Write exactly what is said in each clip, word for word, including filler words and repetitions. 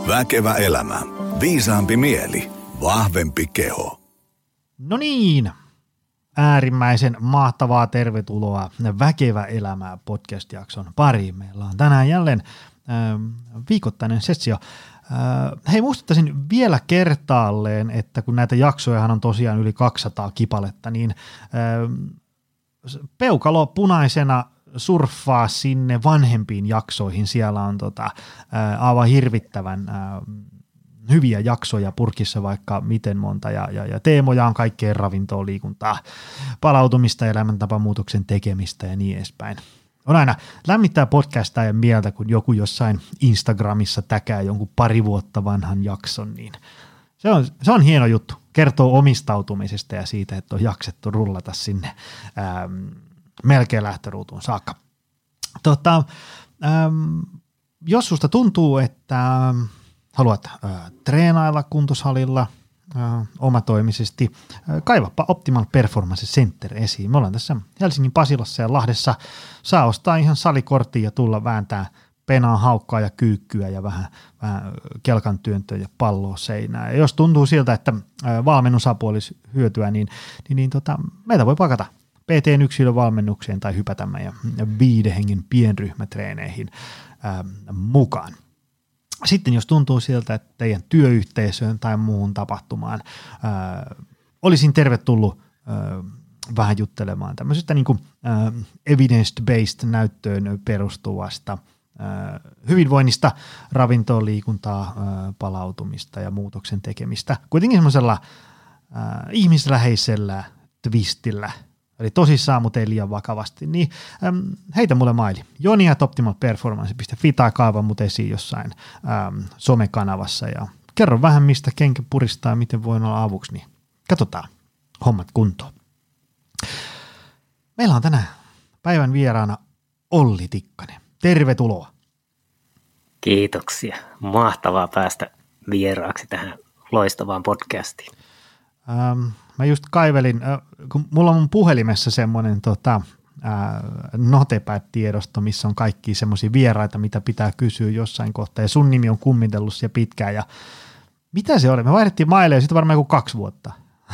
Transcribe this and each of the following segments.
Väkevä elämä. Viisaampi mieli. Vahvempi keho. No niin, äärimmäisen mahtavaa tervetuloa Väkevä elämä podcast-jakson pariin. Meillä on tänään jälleen äh, viikoittainen sessio. Äh, hei, muistuttaisin vielä kertaalleen, että kun näitä jaksojahan on tosiaan yli kaksisataa kipaletta, niin äh, peukalo punaisena surffaa sinne vanhempiin jaksoihin. Siellä on tota, äh, aivan hirvittävän äh, hyviä jaksoja purkissa vaikka miten monta, ja, ja, ja teemoja on kaikkeen ravintoon, liikuntaa, palautumista, elämäntapamuutoksen tekemistä ja niin edespäin. On aina lämmittää podcastaa ja mieltä, kun joku jossain Instagramissa täkää jonkun pari vuotta vanhan jakson, niin se on, se on hieno juttu. Kertoo omistautumisesta ja siitä, että on jaksettu rullata sinne ähm, melkein lähtöruutuun saakka. Tota, ähm, jos susta tuntuu, että haluat äh, treenailla kuntosalilla äh, omatoimisesti, äh, kaivappa Optimal Performance Center esiin. Me ollaan tässä Helsingin Pasilassa ja Lahdessa. Saa ostaa ihan salikorttia ja tulla vääntää penaa, haukkaa ja kyykkyä ja vähän, vähän kelkan työntöä ja palloa seinää. Ja jos tuntuu siltä, että äh, valmennusapu olisi hyötyä, niin, niin, niin tota, meitä voi pakata P T:n yksilövalmennukseen tai hypätä meidän viiden hengen pienryhmätreeneihin äh, mukaan. Sitten jos tuntuu siltä, että teidän työyhteisöön tai muuhun tapahtumaan ää, olisin tervetullut ää, vähän juttelemaan tämmöisestä niin kuin, ää, evidence-based näyttöön perustuvasta ää, hyvinvoinnista, ravintoon, liikuntaa, ää, palautumista ja muutoksen tekemistä. Kuitenkin semmoisella ää, ihmisläheisellä twistillä, eli tosissaan, mutta ei liian vakavasti, niin äm, heitä mulle maili. Joni at optimal performance piste fi tai kaava mut esiin jossain äm, somekanavassa ja kerro vähän, mistä kenkä puristaa ja miten voin olla avuksi, niin katsotaan hommat kuntoon. Meillä on tänään päivän vieraana Olli Tikkanen. Tervetuloa. Kiitoksia. Mahtavaa päästä vieraaksi tähän loistavaan podcastiin. Ähm, Mä just kaivelin, kun mulla on mun puhelimessa semmoinen tota, Notepad-tiedosto, missä on kaikki semmoisia vieraita, mitä pitää kysyä jossain kohtaa, ja sun nimi on kummitellut siellä pitkään, ja mitä se oli? Me vaihdettiin maileja sitten varmaan joku kaksi vuotta.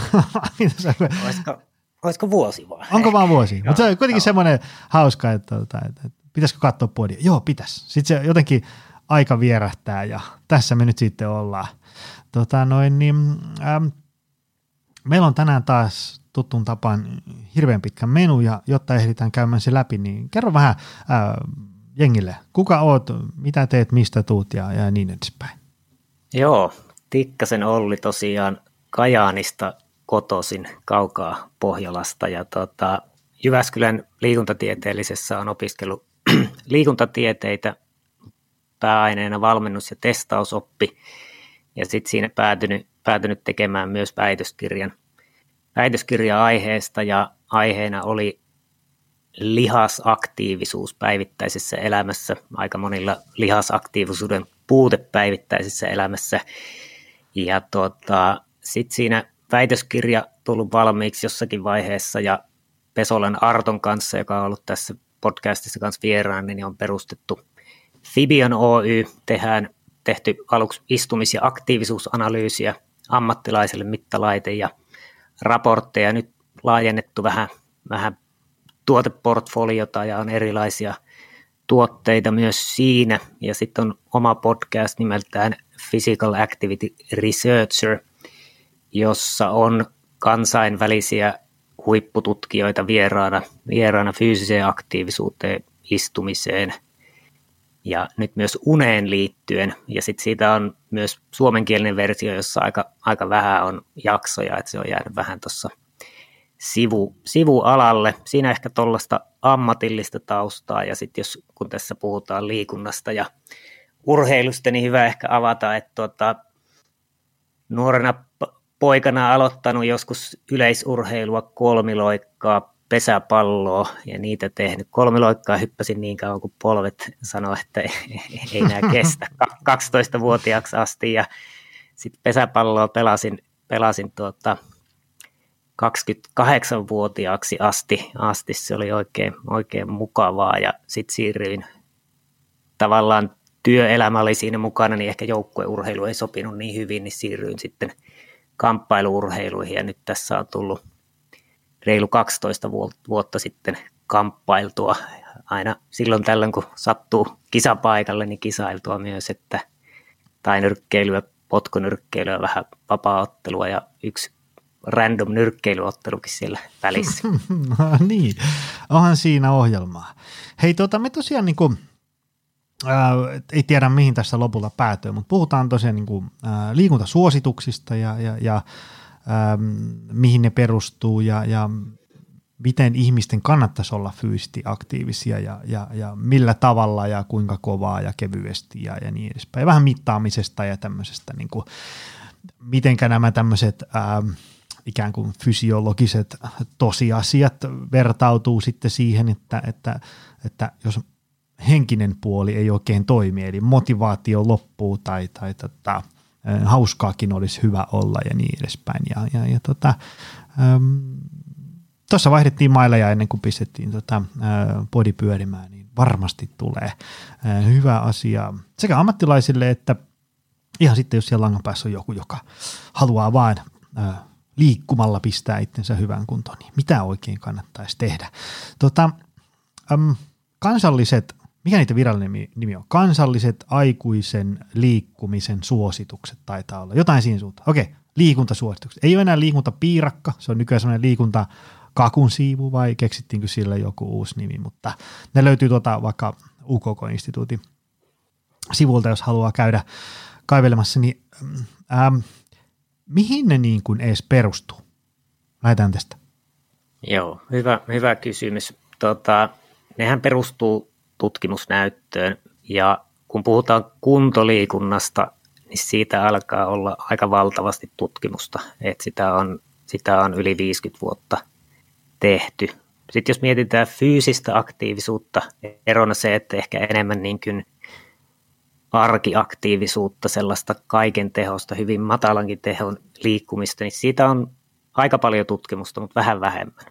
olisiko, olisiko vuosi vai? Onko vaan vuosi? Mutta se on kuitenkin semmoinen hauska, että, että, että, että pitäisikö katsoa podia? Joo, pitäisi. Sitten se jotenkin aika vierähtää, ja tässä me nyt sitten ollaan. Tota noin, niin... Ähm, Meillä on tänään taas tuttuun tapaan hirveän pitkä menu, ja jotta ehditään käymään se läpi, niin kerro vähän ää, jengille, kuka oot, mitä teet, mistä tuut ja, ja niin edespäin. Joo, Tikkasen Olli tosiaan Kajaanista kotoisin, kaukaa Pohjolasta, ja tota, Jyväskylän liikuntatieteellisessä on opiskellut liikuntatieteitä, pääaineena valmennus- ja testausoppi, ja sitten siinä päätynyt päätynyt tekemään myös väitöskirjan, väitöskirjan aiheesta, ja aiheena oli lihasaktiivisuus päivittäisessä elämässä, aika monilla lihasaktiivisuuden puute päivittäisessä elämässä, ja tota, sitten siinä väitöskirja tullut valmiiksi jossakin vaiheessa, ja Pesolan Arton kanssa, joka on ollut tässä podcastissa kanssa vieraan, niin on perustettu Fibion Oy, tehdään tehty aluksi istumis- ja aktiivisuusanalyysiä ammattilaiselle, mittalaite ja raportteja, nyt laajennettu vähän, vähän tuoteportfoliota ja on erilaisia tuotteita myös siinä, ja sitten on oma podcast nimeltään Physical Activity Researcher, jossa on kansainvälisiä huippututkijoita vieraana, vieraana fyysiseen aktiivisuuteen, istumiseen ja nyt myös uneen liittyen, ja sitten siitä on myös suomenkielinen versio, jossa aika, aika vähän on jaksoja, että se on jäänyt vähän tuossa sivu, sivualalle. Siinä ehkä tuollaista ammatillista taustaa, ja sitten jos kun tässä puhutaan liikunnasta ja urheilusta, niin hyvä ehkä avata, että tuota, nuorena poikana aloittanut joskus yleisurheilua, kolmiloikkaa, pesäpalloa ja niitä tehnyt. Kolmiloikkaa hyppäsin niin kauan kuin polvet sanoi, että ei, ei enää kestä kaksitoistavuotiaaksi asti, ja sitten pesäpalloa pelasin, pelasin tuota kaksikymmentäkahdeksanvuotiaaksi asti, asti se oli oikein, oikein mukavaa, ja sitten siirryin tavallaan työelämä oli siinä mukana, niin ehkä joukkueurheilu ei sopinut niin hyvin, niin siirryin sitten kamppailuurheiluihin ja nyt tässä on tullut reilu kaksitoista vuotta sitten kamppailtua aina silloin tällöin, kun sattuu kisapaikalle, niin kisailtua myös, että tai nyrkkeilyä, potkunyrkkeilyä, vähän vapaa-ottelua ja yksi random nyrkkeilyottelukin siellä välissä. No niin, onhan siinä ohjelmaa. Hei, tuota, me tosiaan niin kuin, ää, ei tiedä mihin tässä lopulla päätyy, mutta puhutaan tosiaan niin kuin, ää, liikuntasuosituksista ja, ja, ja ää, mihin ne perustuu ja, ja miten ihmisten kannattaisi olla fyysisesti aktiivisia ja, ja, ja millä tavalla ja kuinka kovaa ja kevyesti ja, ja niin edespäin. Vähän mittaamisesta ja tämmöisestä, niin kuin, mitenkä nämä tämmöiset ää, ikään kuin fysiologiset tosiasiat vertautuu sitten siihen, että, että, että jos henkinen puoli ei oikein toimi, eli motivaatio loppuu tai, tai tota, hauskaakin olisi hyvä olla ja niin edespäin. Ja, ja, ja tota, ähm, tuossa vaihdettiin maileja ennen kuin pistettiin tota, äh, body pyörimään, niin varmasti tulee äh, hyvä asia sekä ammattilaisille että ihan sitten, jos siellä langan päässä on joku, joka haluaa vain äh, liikkumalla pistää itsensä hyvään kuntoon, niin mitä oikein kannattaisi tehdä? Tota, äm, kansalliset, mikä niitä virallinen nimi, nimi on? Kansalliset aikuisen liikkumisen suositukset taitaa olla. Jotain siinä suuntaan. Okei, liikuntasuositukset. Ei ole enää liikuntapiirakka, se on nykyään sellainen liikuntakakun siivu vai keksittiinkö sille joku uusi nimi, mutta ne löytyy tuota vaikka U K K-instituutin sivulta, jos haluaa käydä kaivelemassa, niin ähm, mihin ne niin kuin edes perustuu? Lähdetään tästä. Joo, hyvä, hyvä kysymys. Tota, nehän perustuu tutkimusnäyttöön ja kun puhutaan kuntoliikunnasta, niin siitä alkaa olla aika valtavasti tutkimusta, että sitä on, sitä on yli viisikymmentä vuotta tehty. Sitten jos mietitään fyysistä aktiivisuutta, erona se, että ehkä enemmän niin kuin arkiaktiivisuutta, sellaista kaiken tehosta, hyvin matalankin tehon liikkumista, niin siitä on aika paljon tutkimusta, mutta vähän vähemmän.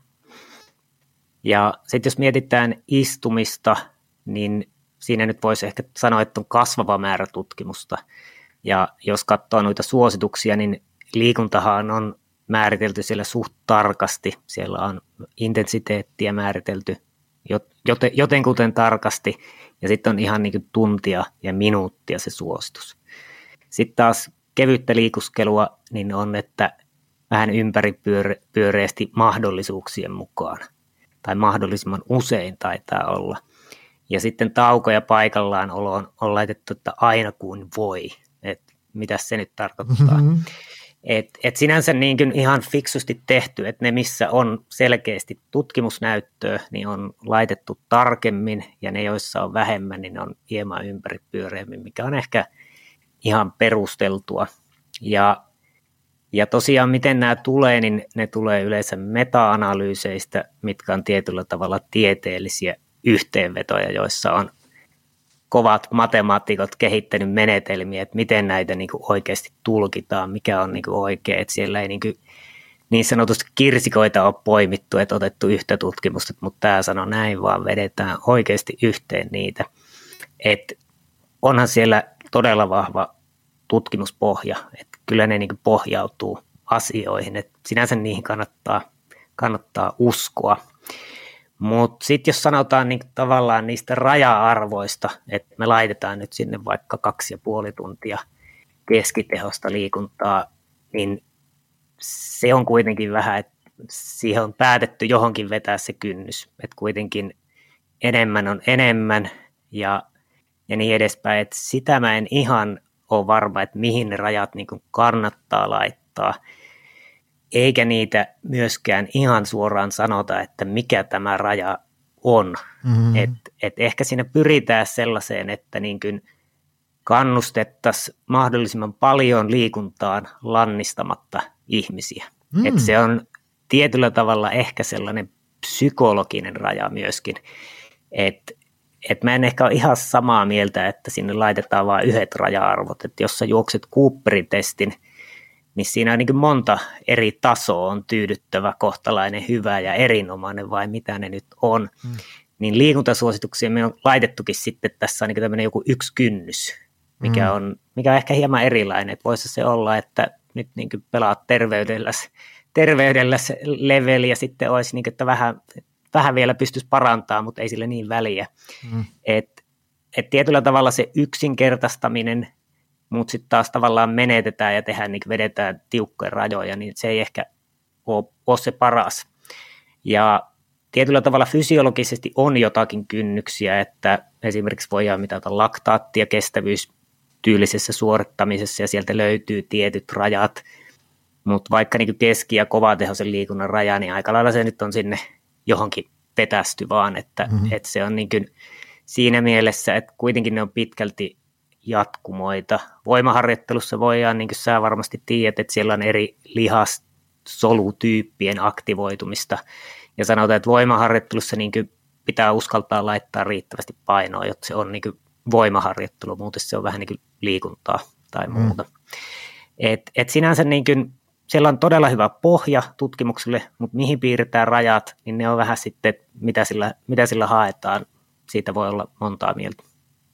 Ja sitten jos mietitään istumista, niin siinä nyt voisi ehkä sanoa, että on kasvava määrä tutkimusta. Ja jos katsoo noita suosituksia, niin liikuntahan on määritelty siellä suht tarkasti. Siellä on intensiteettiä määritelty joten, jotenkuten tarkasti. Ja sitten on ihan niin kuin tuntia ja minuuttia se suositus. Sitten taas kevyttä liikuskelua niin on, että vähän ympäripyöreästi mahdollisuuksien mukaan. Tai mahdollisimman usein taitaa olla. Ja sitten taukoja paikallaan oloon on laitettu, että aina kun voi. Että mitä se nyt tarkoittaa. Mm-hmm. Et, et sinänsä niin kuin ihan fiksusti tehty, että ne missä on selkeästi tutkimusnäyttöä, niin on laitettu tarkemmin ja ne joissa on vähemmän, niin ne on hieman ympäripyöreämmin, mikä on ehkä ihan perusteltua. Ja, ja tosiaan miten nämä tulee, niin ne tulee yleensä meta-analyyseistä, mitkä on tietyllä tavalla tieteellisiä yhteenvetoja, joissa on kovat matemaatikot kehittänyt menetelmiä, että miten näitä niin kuin oikeasti tulkitaan, mikä on niin kuin oikein, että siellä ei niin, kuin, niin sanotusti kirsikoita ole poimittu, että otettu yhtä tutkimusta, mutta tämä sanoo näin, vaan vedetään oikeasti yhteen niitä. Että onhan siellä todella vahva tutkimuspohja, että kyllä ne niin kuin pohjautuu asioihin, että sinänsä niihin kannattaa, kannattaa uskoa. Mutta sitten jos sanotaan niin tavallaan niistä raja-arvoista, että me laitetaan nyt sinne vaikka kaksi ja puoli tuntia keskitehosta liikuntaa, niin se on kuitenkin vähän, että siihen on päätetty johonkin vetää se kynnys, että kuitenkin enemmän on enemmän ja, ja niin edespäin, että sitä mä en ihan ole varma, että mihin ne rajat niin kuin kannattaa laittaa. Eikä niitä myöskään ihan suoraan sanota, että mikä tämä raja on. Mm-hmm. Et, et ehkä siinä pyritään sellaiseen, että niin kuin kannustettaisiin mahdollisimman paljon liikuntaan lannistamatta ihmisiä. Mm. Et se on tietyllä tavalla ehkä sellainen psykologinen raja myöskin. Et, et mä en ehkä ole ihan samaa mieltä, että sinne laitetaan vain yhdet raja-arvot. Et jos sä juokset Cooperin testin, niin siinä on niin kuin monta eri tasoa, on tyydyttävä, kohtalainen, hyvä ja erinomainen vai mitä ne nyt on, mm. niin liikuntasuosituksia me on laitettukin sitten, että tässä on niin tämmöinen joku yksi kynnys, mikä, mm. on, mikä on ehkä hieman erilainen, että voisi se olla, että nyt niin pelaat terveydelläsi, terveydelläsi leveli ja sitten olisi, niin kuin, että vähän, vähän vielä pystyisi parantamaan, mutta ei sille niin väliä. Mm. Et, et tietyllä tavalla se yksinkertaistaminen, mutta sitten taas tavallaan menetetään ja tehdään, niin vedetään tiukkoja rajoja, niin se ei ehkä ole, ole se paras. Ja tietyllä tavalla fysiologisesti on jotakin kynnyksiä, että esimerkiksi voidaan mitata laktaattia kestävyystyylisessä suorittamisessa ja sieltä löytyy tietyt rajat, mutta vaikka niin keski- ja kovatehoisen liikunnan raja, niin aika lailla se nyt on sinne johonkin vetästy vaan, että, mm-hmm. että se on niin kuin siinä mielessä, että kuitenkin ne on pitkälti jatkumoita. Voimaharjoittelussa voidaan, niin kuin sä varmasti tiedät, että siellä on eri lihassolutyyppien aktivoitumista, ja sanotaan, että voimaharjoittelussa niin kuin pitää uskaltaa laittaa riittävästi painoa, jotta se on niin kuin voimaharjoittelu, muuten se on vähän niin kuin liikuntaa tai muuta. Mm. Et, et sinänsä niin kuin, siellä on todella hyvä pohja tutkimukselle, mutta mihin piirretään rajat, niin ne on vähän sitten, mitä sillä, mitä sillä haetaan. Siitä voi olla montaa mieltä.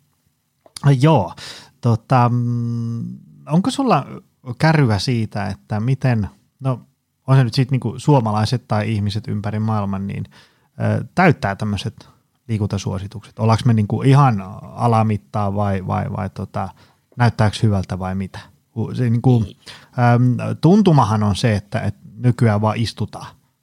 Joo. Tota, onko sulla kärryä siitä, että miten, no on se nyt sitten niinku suomalaiset tai ihmiset ympäri maailman, niin ö, täyttää tämmöiset liikuntasuositukset? Ollaanko me niinku ihan alamittaa vai, vai, vai tota, näyttääkö hyvältä vai mitä? Se, niinku, äm, tuntumahan on se, että et nykyään vaan istutaan.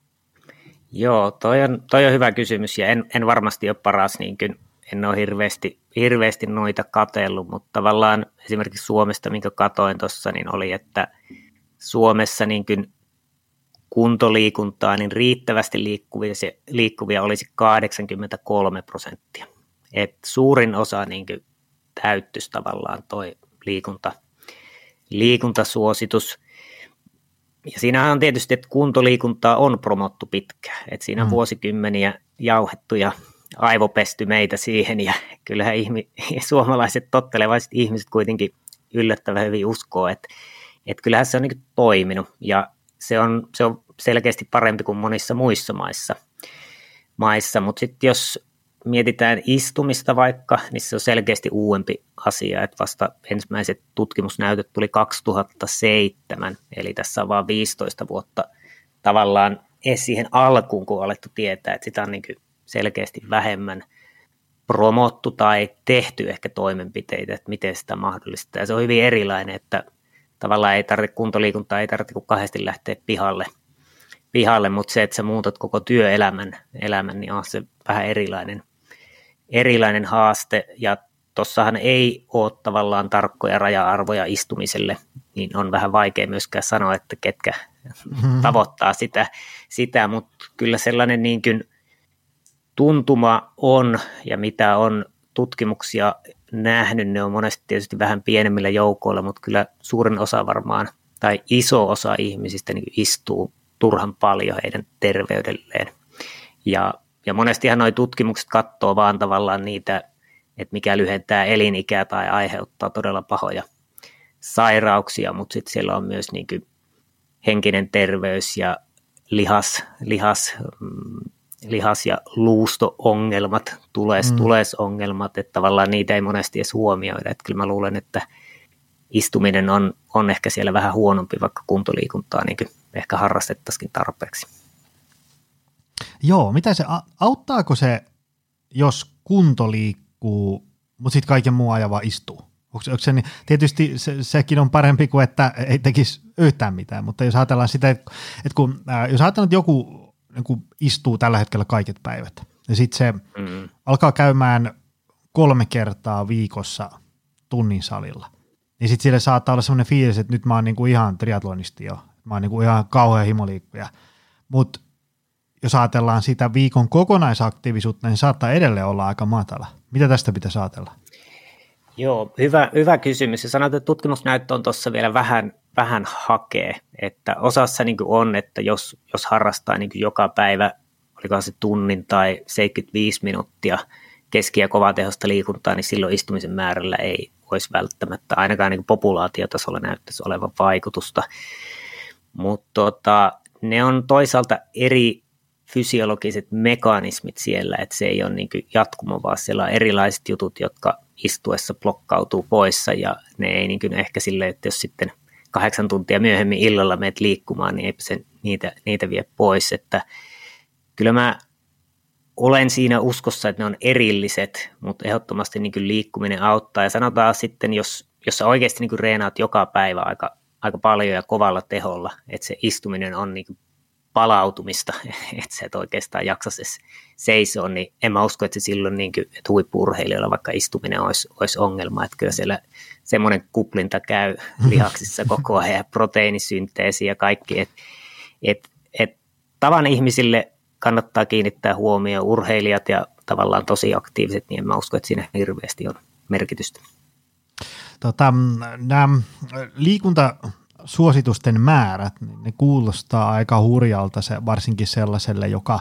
Joo, toi on, toi on hyvä kysymys ja en, en varmasti ole paras, niin kuin, en ole hirveästi, hirveästi noita katsellut, mutta tavallaan esimerkiksi Suomesta, minkä katoin tuossa, niin oli, että Suomessa niin kuin kuntoliikuntaa, niin riittävästi liikkuvia, liikkuvia olisi kahdeksankymmentäkolme prosenttia. Et suurin osa niin kuin täyttyisi tavallaan toi liikunta, liikuntasuositus. Ja siinähän on tietysti, että kuntoliikuntaa on promottu pitkään. Et siinä on mm. vuosikymmeniä jauhettu ja aivopesty meitä siihen. Ja kyllähän ihmi, suomalaiset tottelevaiset ihmiset kuitenkin yllättävän hyvin uskoo, että, että kyllähän se on niin kuin toiminut. Ja se on, se on selkeästi parempi kuin monissa muissa maissa. maissa. Mutta sitten jos mietitään istumista vaikka, niin se on selkeästi uudempi asia, että vasta ensimmäiset tutkimusnäytöt tuli kaksituhattaseitsemän, eli tässä on vaan viisitoista vuotta tavallaan edes siihen alkuun, kun on alettu tietää, että sitä on niin kuin selkeästi vähemmän promottu tai tehty ehkä toimenpiteitä, että miten sitä mahdollistaa. Ja se on hyvin erilainen, että tavallaan ei tarvitse kuntoliikuntaa, ei tarvitse kuin kahdesti lähteä pihalle, pihalle, mutta se, että sä muutat koko työelämän, elämän, niin on se vähän erilainen, erilainen haaste, ja tossahan ei ole tavallaan tarkkoja raja-arvoja istumiselle, niin on vähän vaikea myöskään sanoa, että ketkä mm-hmm. tavoittaa sitä, sitä, mutta kyllä sellainen niin kuin tuntuma on, ja mitä on tutkimuksia nähnyt, ne on monesti tietysti vähän pienemmillä joukoilla, mutta kyllä suurin osa varmaan, tai iso osa ihmisistä niin istuu turhan paljon heidän terveydelleen. Ja, ja monestihan nuo tutkimukset katsoo vaan tavallaan niitä, että mikä lyhentää elinikää tai aiheuttaa todella pahoja sairauksia, mutta sitten siellä on myös niin kuin henkinen terveys ja lihas, lihas, lihas- ja luusto-ongelmat, tules, mm. tulesongelmat, että tavallaan niitä ei monesti edes huomioida. Että kyllä mä luulen, että istuminen on, on ehkä siellä vähän huonompi, vaikka kuntoliikuntaa niin kuin ehkä harrastettaisiin tarpeeksi. Joo, mitä se, auttaako se, jos kunto liikkuu, mutta sitten kaiken muu ajan vaan istuu? Onko, onko se, niin, tietysti se, sekin on parempi kuin, että ei tekisi yhtään mitään, mutta jos ajatellaan sitä, että, että kun, äh, jos ajatellaan, että joku niin istuu tällä hetkellä kaiket päivät, ja sitten se mm. alkaa käymään kolme kertaa viikossa tunnin salilla, niin sitten sille saattaa olla sellainen fiilis, että nyt mä oon niinku ihan triatlonisti jo, mä oon niinku ihan kauhean himoliikkuja, mutta jos ajatellaan sitä viikon kokonaisaktiivisuutta, niin saattaa edelleen olla aika matala. Mitä tästä pitäisi ajatella? Joo, hyvä, hyvä kysymys. Ja sanotaan, että tutkimusnäyttö on tuossa vielä vähän, vähän hakee, että osassa niin kuin on, että jos, jos harrastaa niin kuin joka päivä, olikohan se tunnin tai seitsemänkymmentäviisi minuuttia keski- ja kovatehosta liikuntaa, niin silloin istumisen määrällä ei olisi välttämättä ainakaan niin kuin populaatiotasolla näyttäisi olevan vaikutusta. Mutta tota, ne on toisaalta eri fysiologiset mekanismit siellä, että se ei ole niin kuin jatkumo, vaan siellä on erilaiset jutut, jotka istuessa blokkautuu poissa ja ne ei niin kuin ehkä silleen, että jos sitten kahdeksan tuntia myöhemmin illalla menet liikkumaan, niin eipä se niitä, niitä vie pois, että kyllä mä olen siinä uskossa, että ne on erilliset, mutta ehdottomasti niin kuin liikkuminen auttaa ja sanotaan sitten, jos, jos sä oikeasti niin kuin reenaat joka päivä aika, aika paljon ja kovalla teholla, että se istuminen on niin kuin palautumista, että sä et oikeastaan jaksa se seisoa, niin en mä usko, että se silloin niin kuin, että huippu-urheilijoilla vaikka istuminen olisi, olisi ongelma, että kyllä siellä semmoinen kuplinta käy lihaksissa koko ajan ja proteiinisynteesi ja kaikki, että et, et, tavan ihmisille kannattaa kiinnittää huomioon urheilijat ja tavallaan tosi aktiiviset, niin en mä usko, että siinä hirveästi on merkitystä. Tota, nämä liikuntasuositusten määrät, niin ne kuulostaa aika hurjalta se, varsinkin sellaiselle, joka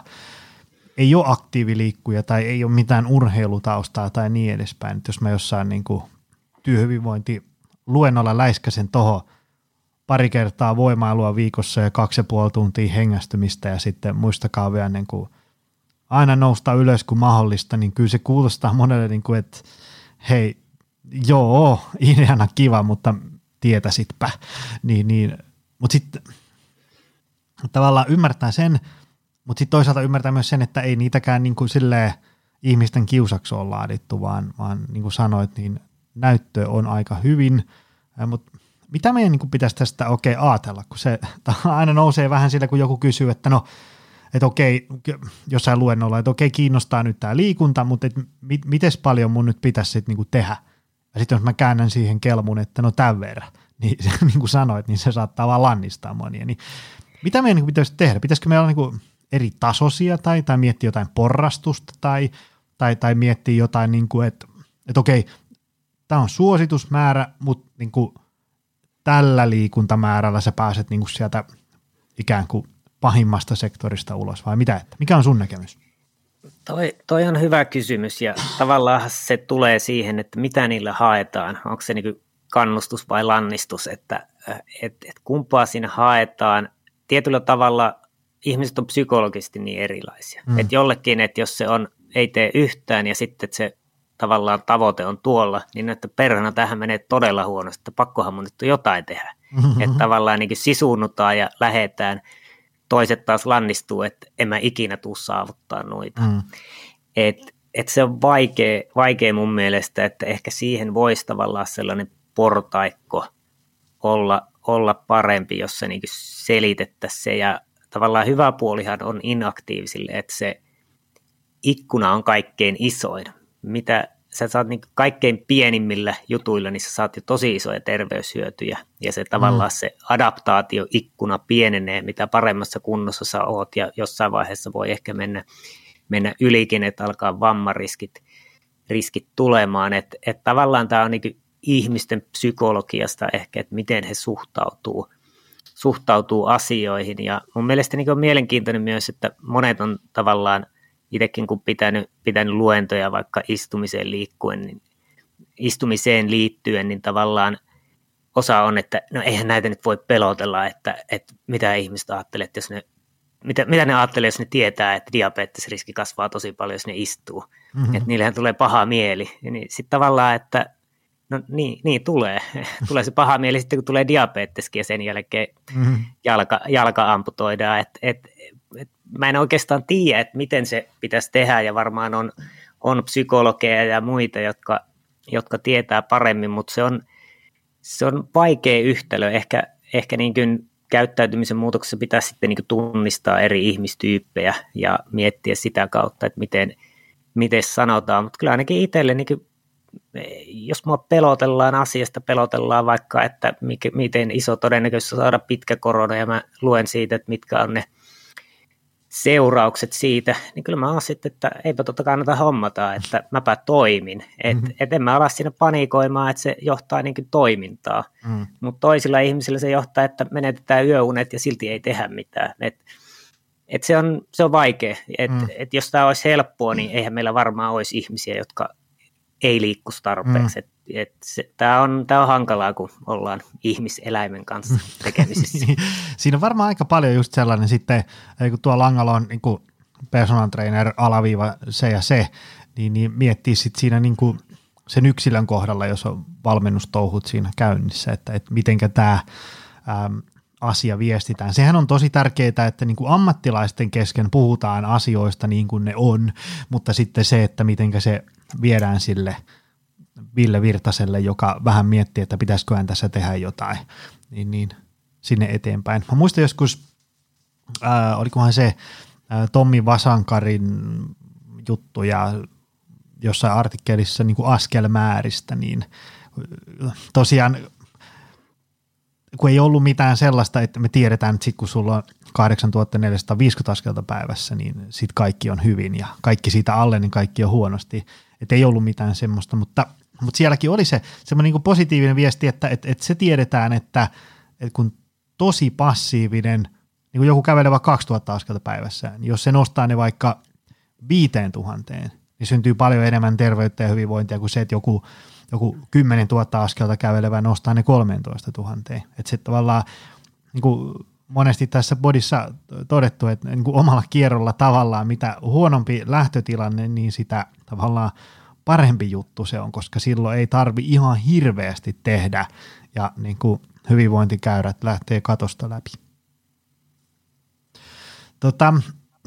ei ole aktiiviliikkuja tai ei ole mitään urheilutaustaa tai niin edespäin. Et jos mä jossain niin kuin työhyvinvointiluennolla läiskäsen tohon pari kertaa voimailua viikossa ja kaksi ja puoli tuntia hengästymistä ja sitten muistakaa vielä niin kuin aina nousta ylös kuin mahdollista, niin kyllä se kuulostaa monelle, niin kuin, että hei, joo, ideana kiva, mutta tietäisitpä. Niin, niin. Mutta sitten tavallaan ymmärtää sen, mutta sitten toisaalta ymmärtää myös sen, että ei niitäkään niin kuin silleen ihmisten kiusaksi ole laadittu, vaan, vaan niin kuin sanoit, niin näyttö on aika hyvin, mutta mitä meidän niin kuin pitäisi tästä oikein ajatella, kun se aina nousee vähän sillä, kun joku kysyy, että no, että okei, jossain luennolla, että okei, kiinnostaa nyt tämä liikunta, mutta et mit, mites paljon mun nyt pitäisi sitten niin kuin tehdä? Ja sitten jos mä käännän siihen kelmun, että no tämän verran, niin niin kuin sanoit, niin se saattaa vaan lannistaa monia. Niin mitä meidän niin kuin pitäisi tehdä? Pitäisikö meillä olla niin kuin eri tasoisia tai, tai miettiä jotain porrastusta tai, tai, tai miettiä jotain, niin kuin, että, että okei, tämä on suositusmäärä, mutta niin kuin tällä liikuntamäärällä sä pääset niin kuin sieltä ikään kuin pahimmasta sektorista ulos, vai mitä? Että mikä on sun näkemys? Toi, toi on hyvä kysymys ja tavallaan se tulee siihen, että mitä niillä haetaan. Onko se niin kuin kannustus vai lannistus, että et, et kumpaa siinä haetaan. Tietyllä tavalla ihmiset on psykologisesti niin erilaisia. Mm. Että jollekin, että jos se on, ei tee yhtään ja sitten että se tavallaan tavoite on tuolla, niin että perhana tähän menee todella huonosti, että pakkohan mun nyt jotain tehdä. Mm-hmm. Että tavallaan niin kuin sisuunnutaan ja lähetään. Toiset taas lannistuu, että en mä ikinä tule saavuttaa noita. Mm. Että et se on vaikea, vaikea mun mielestä, että ehkä siihen voisi tavallaan sellainen portaikko olla, olla parempi, jos se niinku selitettäisiin se. Ja tavallaan hyvä puolihan on inaktiivisille, että se ikkuna on kaikkein isoin. Mitä sä saat niinku kaikkein pienimmillä jutuilla, niin sä saat jo tosi isoja terveyshyötyjä. Ja se tavallaan mm. se adaptaatioikkuna pienenee, mitä paremmassa kunnossa sä oot. Ja jossain vaiheessa voi ehkä mennä, mennä ylikin, että alkaa vammariskit riskit tulemaan. Että et tavallaan tämä on niinku ihmisten psykologiasta ehkä, että miten he suhtautuu, suhtautuu asioihin. Ja mun mielestä niinku on mielenkiintoinen myös, että monet on tavallaan itsekin kun pitänyt, pitänyt luentoja vaikka istumiseen liikkuen, niin istumiseen liittyen, niin tavallaan osa on, että no eihän näitä nyt voi pelotella, että, että mitä ihmiset ajattelee, että jos ne, mitä, mitä ne ajattelee, jos ne tietää, että diabetesriski kasvaa tosi paljon, jos ne istuu. Mm-hmm. Että niillähän tulee paha mieli. Niin sitten tavallaan, että no niin, niin tulee. tulee se paha mieli sitten, kun tulee diabeteskin ja sen jälkeen mm-hmm. jalka, jalka amputoidaan. Että et, et, mä en oikeastaan tiedä, että miten se pitäisi tehdä ja varmaan on, on psykologeja ja muita, jotka, jotka tietää paremmin, mutta se on, se on vaikea yhtälö. Ehkä, ehkä niin kuin käyttäytymisen muutoksessa pitäisi sitten niin kuin tunnistaa eri ihmistyyppejä ja miettiä sitä kautta, että miten, miten sanotaan. Mutta kyllä ainakin itselle, niin kuin, jos mua pelotellaan asiasta, pelotellaan vaikka, että mikä, miten iso todennäköisyys saada pitkä korona ja mä luen siitä, että mitkä on ne seuraukset siitä, niin kyllä mä oon sitten, että eipä totta kannata hommata, että mäpä toimin. Että mm-hmm. et en mä ala siinä panikoimaan, että se johtaa niin kuin toimintaa. Mm. Mutta toisilla ihmisillä se johtaa, että menetetään yöunet ja silti ei tehdä mitään. Että et se, on, se on vaikea. Että mm. et jos tämä olisi helppoa, niin eihän meillä varmaan olisi ihmisiä, jotka ei liikkuisi tarpeeksi. Mm. Tämä on, on hankalaa, kun ollaan ihmiseläimen kanssa tekemisissä. Siinä on varmaan aika paljon just sellainen sitten, kun tuo langalla on niin kuin personal trainer alaviiva se ja se, niin, niin miettii sitten siinä niin kuin sen yksilön kohdalla, jos on valmennustouhut siinä käynnissä, että, että mitenkä tämä äm, asia viestitään. Sehän on tosi tärkeää, että niin kuin ammattilaisten kesken puhutaan asioista niin kuin ne on, mutta sitten se, että mitenkä se viedään sille Ville Virtaselle, joka vähän miettii, että pitäisiköhän tässä tehdä jotain, niin, niin sinne eteenpäin. Mä muistan joskus, ää, olikohan se ää, Tommi Vasankarin juttu ja jossain artikkelissa niin kuin askelmääristä, niin tosiaan kun ei ollut mitään sellaista, että me tiedetään, että sit kun sulla on kahdeksantuhattaneljäsataaviisikymmentä askelta päivässä, niin sit kaikki on hyvin ja kaikki siitä alle, niin kaikki on huonosti. Että ei ollut mitään semmoista, mutta, mutta sielläkin oli se semmoinen niin kuin positiivinen viesti, että, että, että se tiedetään, että, että kun tosi passiivinen, niin kuin joku kävelee vaikka kaksituhatta askelta päivässä, niin jos se nostaa ne vaikka viiteen tuhanteen, niin syntyy paljon enemmän terveyttä ja hyvinvointia kuin se, että joku, joku kymmenen tuhatta askelta kävelevä nostaa ne kolmetoista tuhatta. Että se tavallaan niin kuin monesti tässä bodissa todettu, että niin kuin omalla kierrolla tavallaan mitä huonompi lähtötilanne, niin sitä tavallaan parempi juttu se on, koska silloin ei tarvi ihan hirveästi tehdä ja niin kuin hyvinvointikäyrät lähtee katosta läpi. Tota,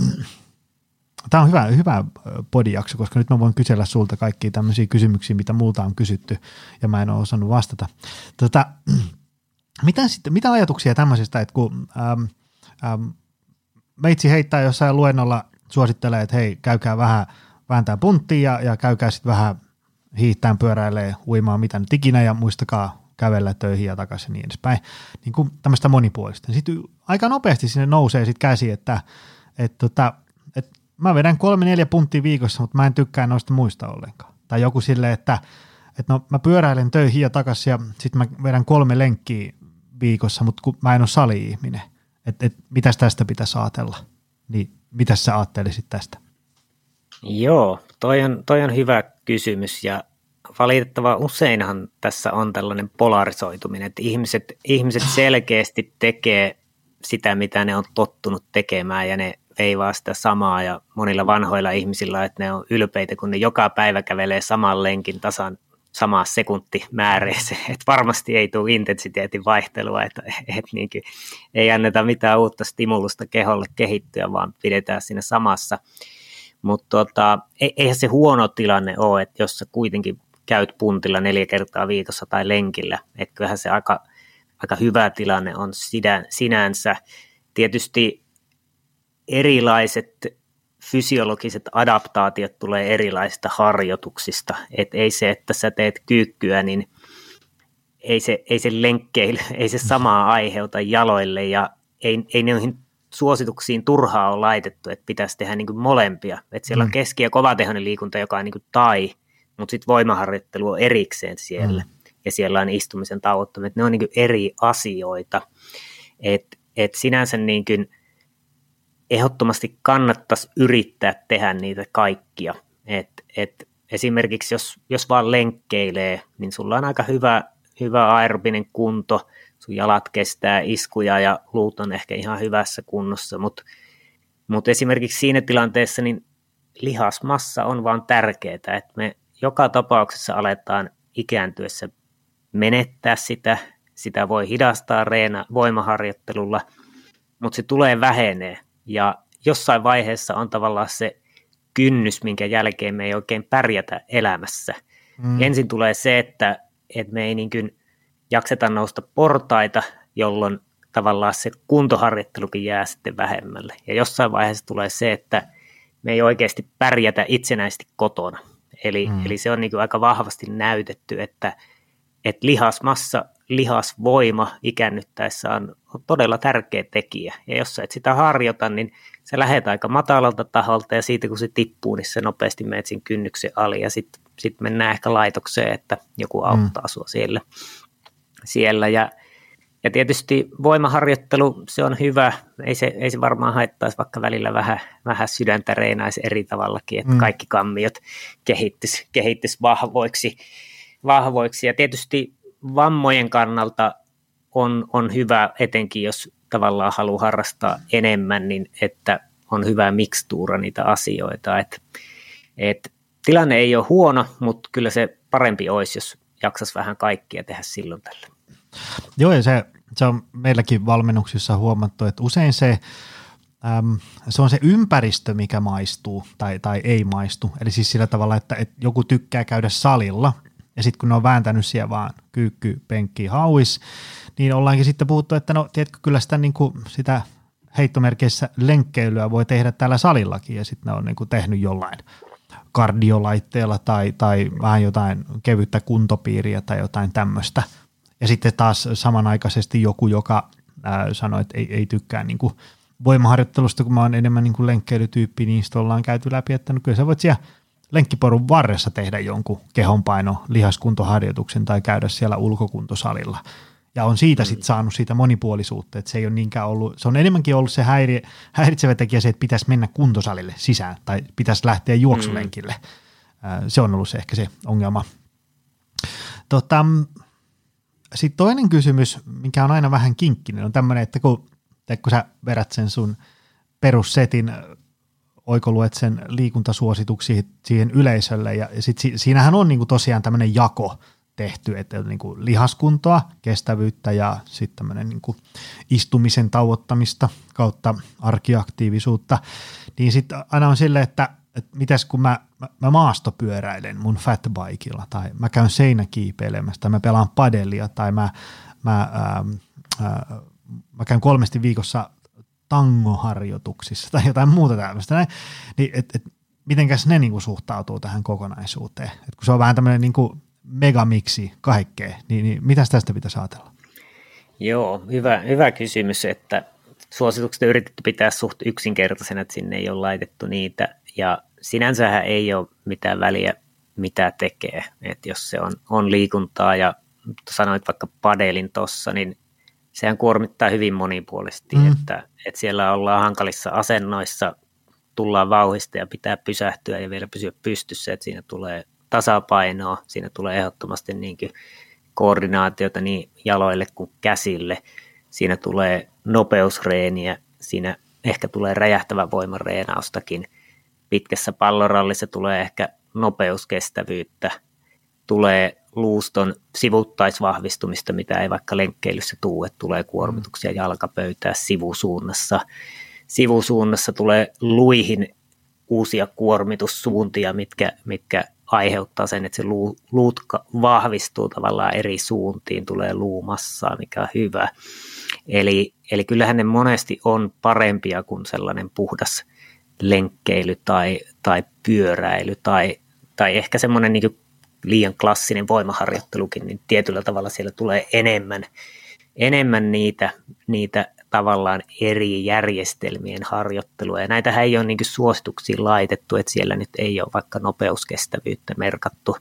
tämä on hyvä, hyvä podijakso, koska nyt mä voin kysellä sulta kaikkia tämmöisiä kysymyksiä, mitä multa on kysytty ja mä en ole osannut vastata. Tota, mitä, sitten, mitä ajatuksia tämmöisestä, että kun äm, äm, meitsi heittää jossain luennolla, suosittelee, että hei, käykää vähän vääntää punttia ja, ja käykää sitten vähän hiihtään, pyöräilee, uimaan mitä nyt ikinä ja muistakaa kävellä töihin ja takaisin ja niin edespäin. Niin kuin tämmöistä monipuolista. Sitten aika nopeasti sinne nousee sitten käsi, että et, tota, et mä vedän kolme neljä punttia viikossa, mutta mä en tykkää noista muista ollenkaan. Tai joku silleen, että et no, mä pyöräilen töihin ja takaisin ja sitten mä vedän kolme lenkkiä viikossa, mutta kun mä en ole sali-ihminen. Että et, mitäs tästä pitäisi ajatella? Niin mitäs sä ajattelisit tästä? Joo, toi on, toi on hyvä kysymys ja valitettavasti useinhan tässä on tällainen polarisoituminen, että ihmiset, ihmiset selkeästi tekee sitä, mitä ne on tottunut tekemään ja ne veivaa sitä samaa ja monilla vanhoilla ihmisillä, että ne on ylpeitä, kun ne joka päivä kävelee saman lenkin tasan samaa sekuntimääreeseen, että varmasti ei tule intensiteetin vaihtelua, että, että niin kuin ei anneta mitään uutta stimulusta keholle kehittyä, vaan pidetään siinä samassa. Mutta tota, eihän se huono tilanne ole, että jos sä kuitenkin käyt puntilla neljä kertaa viikossa tai lenkillä, että kyllähän se aika, aika hyvä tilanne on sinänsä. Tietysti erilaiset fysiologiset adaptaatiot tulee erilaisista harjoituksista, että ei se, että sä teet kyykkyä, niin ei se, ei se lenkkeily, ei se samaa aiheuta jaloille ja ei, ei noihin suosituksiin turhaa on laitettu, että pitäisi tehdä niin kuin molempia. Että siellä on keski- ja kovatehoinen liikunta, joka on niin kuin tai, mutta sitten voimaharjoittelu on erikseen siellä mm. ja siellä on istumisen tauottaminen. Ne on niin kuin eri asioita. Että et sinänsä niin kuin ehdottomasti kannattaisi yrittää tehdä niitä kaikkia. Et, et esimerkiksi jos, jos vaan lenkkeilee, niin sulla on aika hyvä, hyvä aerobinen kunto, sun jalat kestää iskuja ja luut on ehkä ihan hyvässä kunnossa, mutta mut esimerkiksi siinä tilanteessa niin lihasmassa on vaan tärkeää, että me joka tapauksessa aletaan ikääntyessä menettää sitä, sitä voi hidastaa reena voimaharjoittelulla, mutta se tulee vähenee. Ja jossain vaiheessa on tavallaan se kynnys, minkä jälkeen me ei oikein pärjätä elämässä. Mm. Ensin tulee se, että, että me ei niin kuin jakseta nousta portaita, jolloin tavallaan se kuntoharjoittelukin jää sitten vähemmälle. Ja jossain vaiheessa tulee se, että me ei oikeasti pärjätä itsenäisesti kotona. Eli, mm. eli se on niin kuin aika vahvasti näytetty, että, että lihasmassa, lihasvoima ikännyttäessä on todella tärkeä tekijä. Ja jos sä et sitä harjoita, niin sä lähdet aika matalalta taholta ja siitä kun se tippuu, niin se nopeasti menet siinä kynnyksen ali ja sitten sit mennään ehkä laitokseen, että joku auttaa mm. sua siellä. siellä. Ja, ja tietysti voimaharjoittelu, se on hyvä. Ei se, ei se varmaan haittaisi, vaikka välillä vähän, vähän sydäntä reenaisi eri tavallakin, että mm. kaikki kammiot kehittyisi, kehittyisi vahvoiksi, vahvoiksi. Ja tietysti vammojen kannalta on, on hyvä, etenkin jos tavallaan haluaa harrastaa enemmän, niin että on hyvä mikstuura niitä asioita. Et, et, tilanne ei ole huono, mutta kyllä se parempi olisi, jos jaksaisi vähän kaikkia tehdä silloin tällä. Joo, ja se, se on meilläkin valmennuksissa huomattu, että usein se, äm, se on se ympäristö, mikä maistuu tai, tai ei maistu. Eli siis sillä tavalla, että, että joku tykkää käydä salilla, ja sitten kun ne on vääntänyt siellä vaan kyykky, penkki, hauis, niin ollaankin sitten puhuttu, että no tiedätkö, kyllä sitä, niin kuin, sitä heittomerkeissä lenkkeilyä voi tehdä täällä salillakin, ja sitten ne on niin kuin tehnyt jollain kardiolaitteella tai, tai vähän jotain kevyttä kuntopiiriä tai jotain tämmöistä. Ja sitten taas samanaikaisesti joku, joka ää, sanoi, että ei, ei tykkää niin kuin voimaharjoittelusta, kun mä oon enemmän niin kuin lenkkeilytyyppi, niin sitten ollaan käyty läpi, että no kyllä sä voit siellä lenkkiporun varressa tehdä jonkun kehonpaino lihaskuntoharjoituksen tai käydä siellä ulkokuntosalilla. Ja on siitä mm. sitten saanut siitä monipuolisuutta, että se ei ole niinkään ollut, se on enemmänkin ollut se häiri, häiritsevä tekijä se, että pitäisi mennä kuntosalille sisään tai pitäisi lähteä juoksulenkille. Mm. Se on ollut se ehkä se ongelma. Tota, sitten toinen kysymys, mikä on aina vähän kinkkinen, on tämmöinen, että kun, kun sä verät sen sun perussetin, oikoluet sen liikuntasuosituksia siihen yleisölle, ja, ja sitten siinähän on niinku tosiaan tämmöinen jako tehty, että on niinku lihaskuntoa, kestävyyttä ja sitten tämmöinen niinku istumisen tauottamista kautta arkiaktiivisuutta, niin sitten aina on silleen, että, että mitäs kun mä, mä, mä maastopyöräilen mun fatbikella, tai mä käyn seinäkiipeilemässä, tai mä pelaan padellia, tai mä, mä, ää, ää, mä käyn kolmesti viikossa tangoharjoituksissa tai jotain muuta tämmöistä, näin, niin et, et, mitenkäs ne niinku suhtautuu tähän kokonaisuuteen? Et kun se on vähän tämmöinen niinku megamiksi kaikkea, niin, niin mitäs tästä pitäisi ajatella? Joo, hyvä, hyvä kysymys, että suositukset on yritetty pitää suht yksinkertaisena, että sinne ei ole laitettu niitä, ja sinänsähän ei ole mitään väliä, mitä tekee, että jos se on, on liikuntaa, ja sanoit vaikka padelin tuossa, niin sehän kuormittaa hyvin monipuolisesti, mm. että, että siellä ollaan hankalissa asennoissa, tullaan vauhista ja pitää pysähtyä ja vielä pysyä pystyssä, että siinä tulee tasapainoa, siinä tulee ehdottomasti niin kuin koordinaatiota niin jaloille kuin käsille, siinä tulee nopeusreeniä, siinä ehkä tulee räjähtävän voiman reenaustakin, pitkässä pallorallissa tulee ehkä nopeuskestävyyttä, tulee luuston sivuttaisvahvistumista, mitä ei vaikka lenkkeilyssä tule, että tulee kuormituksia jalkapöytää sivusuunnassa. Sivusuunnassa tulee luihin uusia kuormitussuuntia, mitkä, mitkä aiheuttaa sen, että se luu, luut vahvistuu tavallaan eri suuntiin, tulee luumassaa, mikä on hyvä. Eli, eli kyllähän ne monesti on parempia kuin sellainen puhdas lenkkeily tai, tai pyöräily tai, tai ehkä semmoinen niin kuin liian klassinen voimaharjoittelukin, niin tietyllä tavalla siellä tulee enemmän, enemmän niitä, niitä tavallaan eri järjestelmien harjoittelua. Ja näitähän ei ole niin kuin suosituksiin laitettu, että siellä nyt ei ole vaikka nopeuskestävyyttä merkattu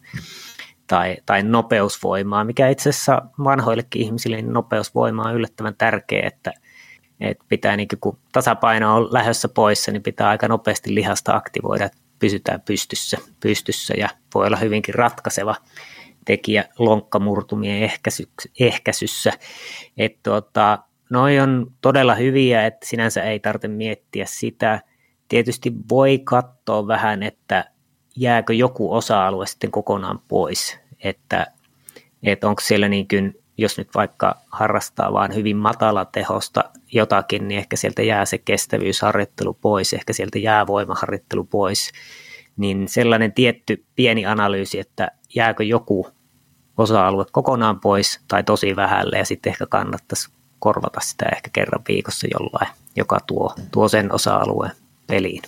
tai, tai nopeusvoimaa, mikä itse asiassa vanhoillekin ihmisille niin nopeusvoima on yllättävän tärkeä, että, että pitää niin kuin, kun tasapaino on lähdössä poissa, niin pitää aika nopeasti lihasta aktivoida, että pysytään pystyssä, pystyssä ja voi olla hyvinkin ratkaiseva tekijä lonkkamurtumien ehkäisy, ehkäisyssä. Että tuota, noi on todella hyviä, että sinänsä ei tarvitse miettiä sitä. Tietysti voi katsoa vähän, että jääkö joku osa-alue sitten kokonaan pois, että, että onko siellä niin kuin, jos nyt vaikka harrastaa vaan hyvin matalatehosta jotakin, niin ehkä sieltä jää se kestävyysharjoittelu pois, ehkä sieltä jää voimaharjoittelu pois, niin sellainen tietty pieni analyysi, että jääkö joku osa-alue kokonaan pois tai tosi vähälle, ja sitten ehkä kannattaisi korvata sitä ehkä kerran viikossa jollain, joka tuo, tuo sen osa-alueen peliin.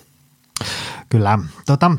Kyllä. Tota,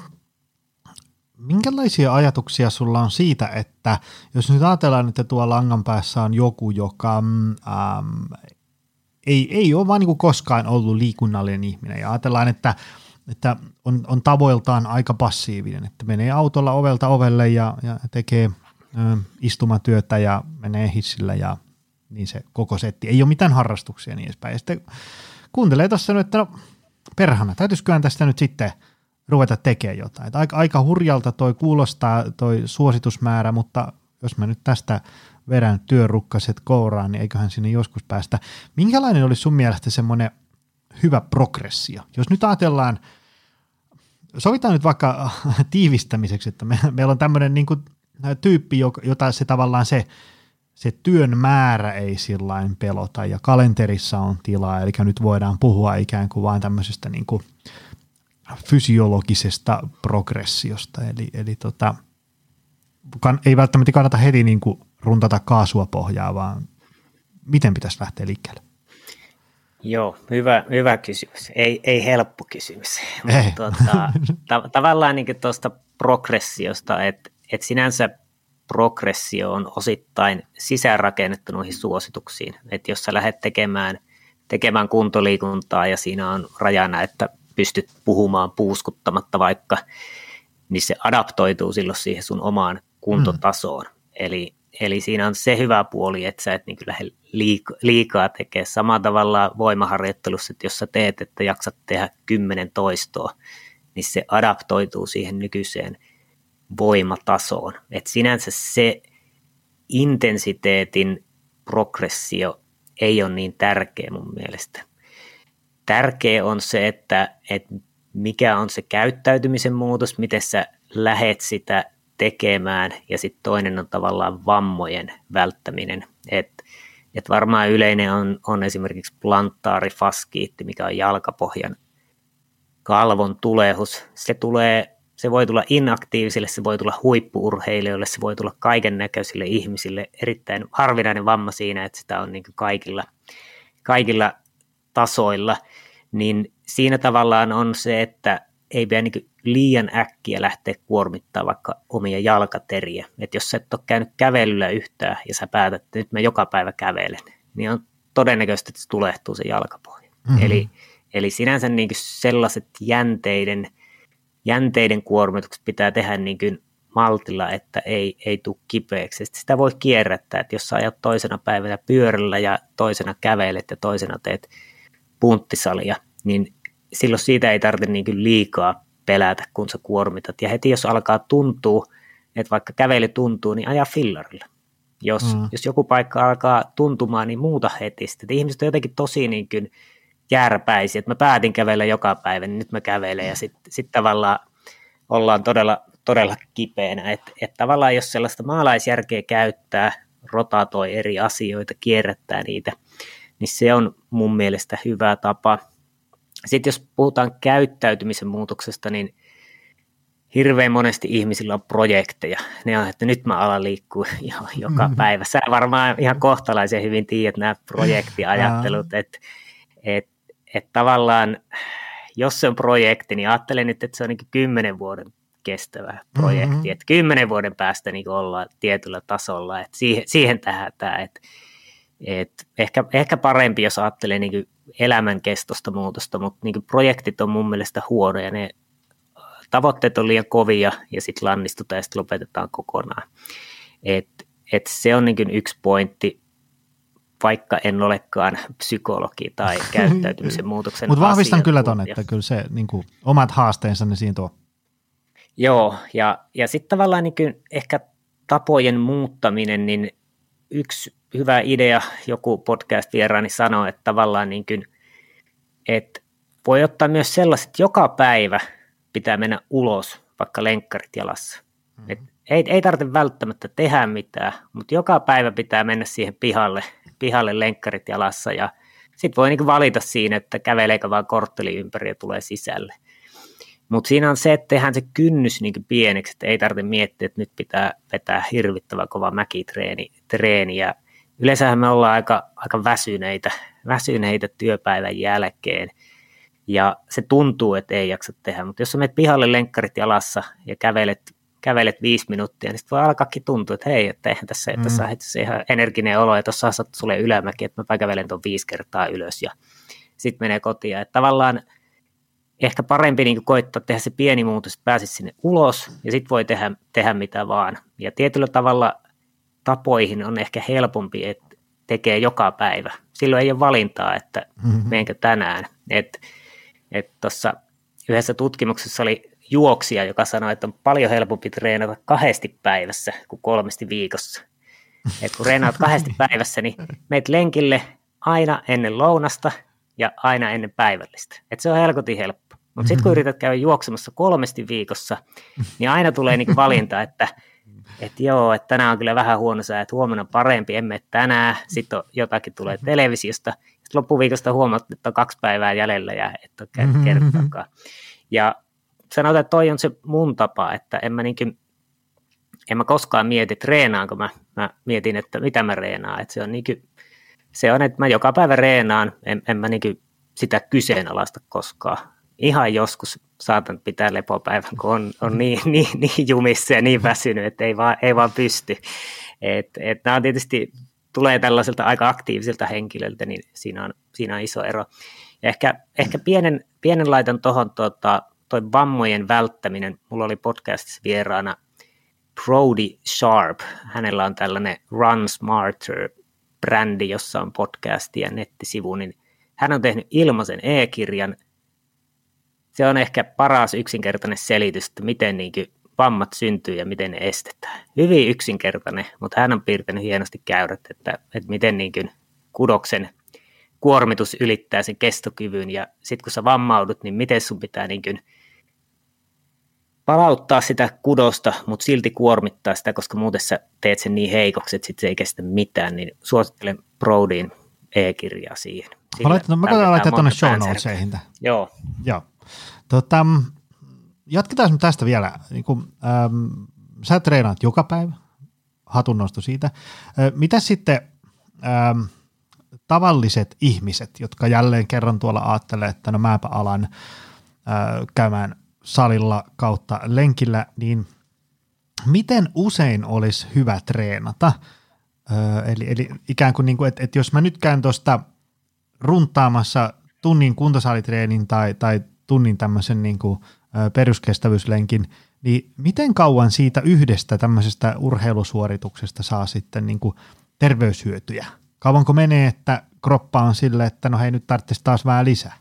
minkälaisia ajatuksia sulla on siitä, että jos nyt ajatellaan, että tuolla langan päässä on joku, joka ähm, ei, ei ole vaan niin kuin koskaan ollut liikunnallinen ihminen, ja ajatellaan, että, että on, on tavoiltaan aika passiivinen, että menee autolla ovelta ovelle ja, ja tekee ö, istumatyötä ja menee hissillä ja niin se koko setti. Ei ole mitään harrastuksia niin edespäin. Ja sitten kuuntelee tuossa nyt, että no perhana, täytyisiköhän tästä nyt sitten ruveta tekemään jotain. Aika, aika hurjalta toi kuulostaa toi suositusmäärä, mutta jos mä nyt tästä vedän työrukkaset kouraan, niin eiköhän sinne joskus päästä. Minkälainen olisi sun mielestä semmoinen hyvä progressio? Jos nyt ajatellaan, sovitaan nyt vaikka tiivistämiseksi, että me, meillä on tämmöinen niin kuin tyyppi, jota se tavallaan se, se työn määrä ei sillain pelota ja kalenterissa on tilaa, eli nyt voidaan puhua ikään kuin vain tämmöisestä niin kuin fysiologisesta progressiosta, eli, eli tota, kan, ei välttämättä kannata heti niin kuin runtata kaasua pohjaa, vaan miten pitäisi lähteä liikkeelle? Joo, hyvä, hyvä kysymys. Ei, ei helppo kysymys, mutta tuota, ta- tavallaan niin tuosta progressiosta, että et sinänsä progressio on osittain sisäänrakennettu noihin suosituksiin, että jos sä lähdet tekemään, tekemään kuntoliikuntaa ja siinä on rajana, että pystyt puhumaan puuskuttamatta vaikka, niin se adaptoituu silloin siihen sun omaan kuntotasoon. Mm. Eli, eli siinä on se hyvä puoli, että sä et niin lähde liikaa, liikaa tekemään. Samalla tavalla voimaharjoittelussa, että jos sä teet, että jaksat tehdä kymmenen toistoa, niin se adaptoituu siihen nykyiseen voimatasoon. Et sinänsä se intensiteetin progressio ei ole niin tärkeä mun mielestä. Tärkeä on se, että, että mikä on se käyttäytymisen muutos, miten sä lähet sitä tekemään, ja sitten toinen on tavallaan vammojen välttäminen. Et, et varmaan yleinen on, on esimerkiksi plantaarifaskiitti, mikä on jalkapohjan kalvon tulehus. Se, tulee, se voi tulla inaktiivisille, se voi tulla huippu-urheilijoille, se voi tulla kaiken näköisille ihmisille. Erittäin harvinainen vamma siinä, että sitä on niin kuin kaikilla, kaikilla tasoilla. Niin siinä tavallaan on se, että ei pidä niin liian äkkiä lähteä kuormittaa vaikka omia jalkateriä. Että jos sä et ole käynyt kävelyllä yhtään ja sä päätät, että nyt mä joka päivä kävelen, niin on todennäköisesti, että se tulehtuu se jalkapohja. Mm-hmm. Eli, eli sinänsä niin sellaiset jänteiden, jänteiden kuormitukset pitää tehdä niin maltilla, että ei, ei tule kipeäksi. Sitten sitä voi kierrättää, että jos sä ajat toisena päivänä pyörällä ja toisena kävelet ja toisena teet punttisalia, niin silloin siitä ei tarvitse niin liikaa pelätä, kun sä kuormitat. Ja heti jos alkaa tuntua, että vaikka kävely tuntuu, niin aja fillarilla. Jos, mm. jos joku paikka alkaa tuntumaan, niin muuta heti. Sitten ihmiset on jotenkin tosi niin kuin järpäisiä, että mä päätin kävellä joka päivä, niin nyt mä kävelen. Ja sitten sit tavallaan ollaan todella, todella kipeänä. Että et tavallaan jos sellaista maalaisjärkeä käyttää, rotatoi eri asioita, kierrättää niitä, niin se on mun mielestä hyvä tapa. Sitten jos puhutaan käyttäytymisen muutoksesta, niin hirveän monesti ihmisillä on projekteja. Ne on, että nyt mä alan liikkua joka mm-hmm. päivä. Sä varmaan ihan kohtalaisen hyvin tiedät nämä projektiajattelut, että et, et tavallaan jos se on projekti, niin ajattelen nyt, että se on niin kymmenen vuoden kestävä projekti. Mm-hmm. Että kymmenen vuoden päästä niin ollaan tietyllä tasolla, että siihen, siihen tähdätään, että et ehkä, ehkä parempi, jos ajattelee niin elämän kestosta muutosta, mutta niin projektit on mun mielestä huonoja. Ne tavoitteet on liian kovia ja sitten lannistutaan ja sitten lopetetaan kokonaan. Et, et se on niin yksi pointti, vaikka en olekaan psykologi tai käyttäytymisen muutoksen Mutta vahvistan kyllä ton, että kyllä se niin kuin, omat haasteensa ne siinä tuo. Joo, ja, ja sitten tavallaan niin ehkä tapojen muuttaminen, niin yksi hyvä idea, joku podcast-vieraani sanoi, että tavallaan niin kuin, että voi ottaa myös sellaiset, että joka päivä pitää mennä ulos, vaikka lenkkarit jalassa. Mm-hmm. Et ei, ei tarvitse välttämättä tehdä mitään, mutta joka päivä pitää mennä siihen pihalle, pihalle lenkkarit jalassa ja sitten voi niin valita siinä, että käveleekö vaan kortteli ympäri ja tulee sisälle. Mutta siinä on se, että tehdään se kynnys niin pieneksi, että ei tarvitse miettiä, että nyt pitää vetää hirvittävän kova mäkitreeni. Treeni. Ja yleensähän me ollaan aika, aika väsyneitä, väsyneitä työpäivän jälkeen. Ja se tuntuu, että ei jaksa tehdä, mutta jos sä menet pihalle lenkkarit jalassa ja kävelet, kävelet viisi minuuttia, niin sitten voi alkaakin tuntua, että hei, että eihän tässä, mm. tässä on ihan energinen olo, ja tuossa on sattu sulle ylämäki, että mä kävelen tuon viisi kertaa ylös ja sitten menee kotiin. Että tavallaan ehkä parempi niin koittaa tehdä se pieni muutos, että pääsisi sinne ulos ja sitten voi tehdä, tehdä mitä vaan. Ja tietyllä tavalla tapoihin on ehkä helpompi, että tekee joka päivä. Silloin ei ole valintaa, että mm-hmm. meenkö tänään. Että et tuossa yhdessä tutkimuksessa oli juoksija, joka sanoi, että on paljon helpompi treenata kahdesti päivässä kuin kolmesti viikossa. Että kun treenaat kahdesti päivässä, niin meet lenkille aina ennen lounasta ja aina ennen päivällistä. Et se on helkotin helppo. Mutta sitten kun yrität käydä juoksemassa kolmesti viikossa, niin aina tulee niinku valinta, että et joo, että tänään on kyllä vähän huono sää, että huomenna parempi, emme tänään, sitten jotakin tulee televisiosta, sitten loppuviikosta huomaat, että on kaksi päivää jäljellä ja et ole käynyt kertaakaan. Ja sanotaan, että toi on se mun tapa, että en mä, niinku, en mä koskaan mieti treenaanko, mä, mä mietin, että mitä mä reenaan, että se on, niinku, se on, että mä joka päivä reenaan, en, en mä niinku sitä kyseenalaista koskaan. Ihan joskus saatan pitää lepopäivän, kun on, on niin, niin, niin jumissa ja niin väsynyt, että ei vaan, ei vaan pysty. Et, et nämä tietysti tulee tällaiselta aika aktiiviselta henkilöltä, niin siinä on, siinä on iso ero. Ja ehkä, ehkä pienen, pienen laitan tuohon tota, toi vammojen välttäminen. Mulla oli podcastissa vieraana Brody Sharp. Hänellä on tällainen Run Smarter-brändi, jossa on podcasti ja nettisivu, niin hän on tehnyt ilmaisen e-kirjan. Se on ehkä paras yksinkertainen selitys, että miten niin kuin vammat syntyy ja miten ne estetään. Hyvin yksinkertainen, mutta hän on piirtänyt hienosti käyrät, että, että miten niin kuin kudoksen kuormitus ylittää sen kestokyvyn. Ja sitten kun sä vammaudut, niin miten sun pitää niin kuin palauttaa sitä kudosta, mutta silti kuormittaa sitä, koska muuten sä teet sen niin heikoksi, että sit se ei kestä mitään. Niin suosittelen Brodyin e-kirjaa siihen. Mä koitan laittaa tuonne show notesihin. Joo. Joo. Tota, jatketaan tästä vielä. Niin kun, ähm, sä treenaat joka päivä, hatunnosto siitä. Äh, mitä sitten ähm, tavalliset ihmiset, jotka jälleen kerran tuolla ajattelee, että no mäpä alan äh, käymään salilla kautta lenkillä, niin miten usein olisi hyvä treenata? Äh, eli, eli ikään kuin, niin kuin että, että jos mä nyt käyn tuosta runtaamassa tunnin kuntosalitreenin tai, tai tunnin tämmöisen niin kuin peruskestävyyslenkin, niin miten kauan siitä yhdestä tämmöisestä urheilusuorituksesta saa sitten niin kuin terveyshyötyjä? Kauanko menee, että kroppa on sille, että no hei, nyt tarvitsisi taas vähän lisää?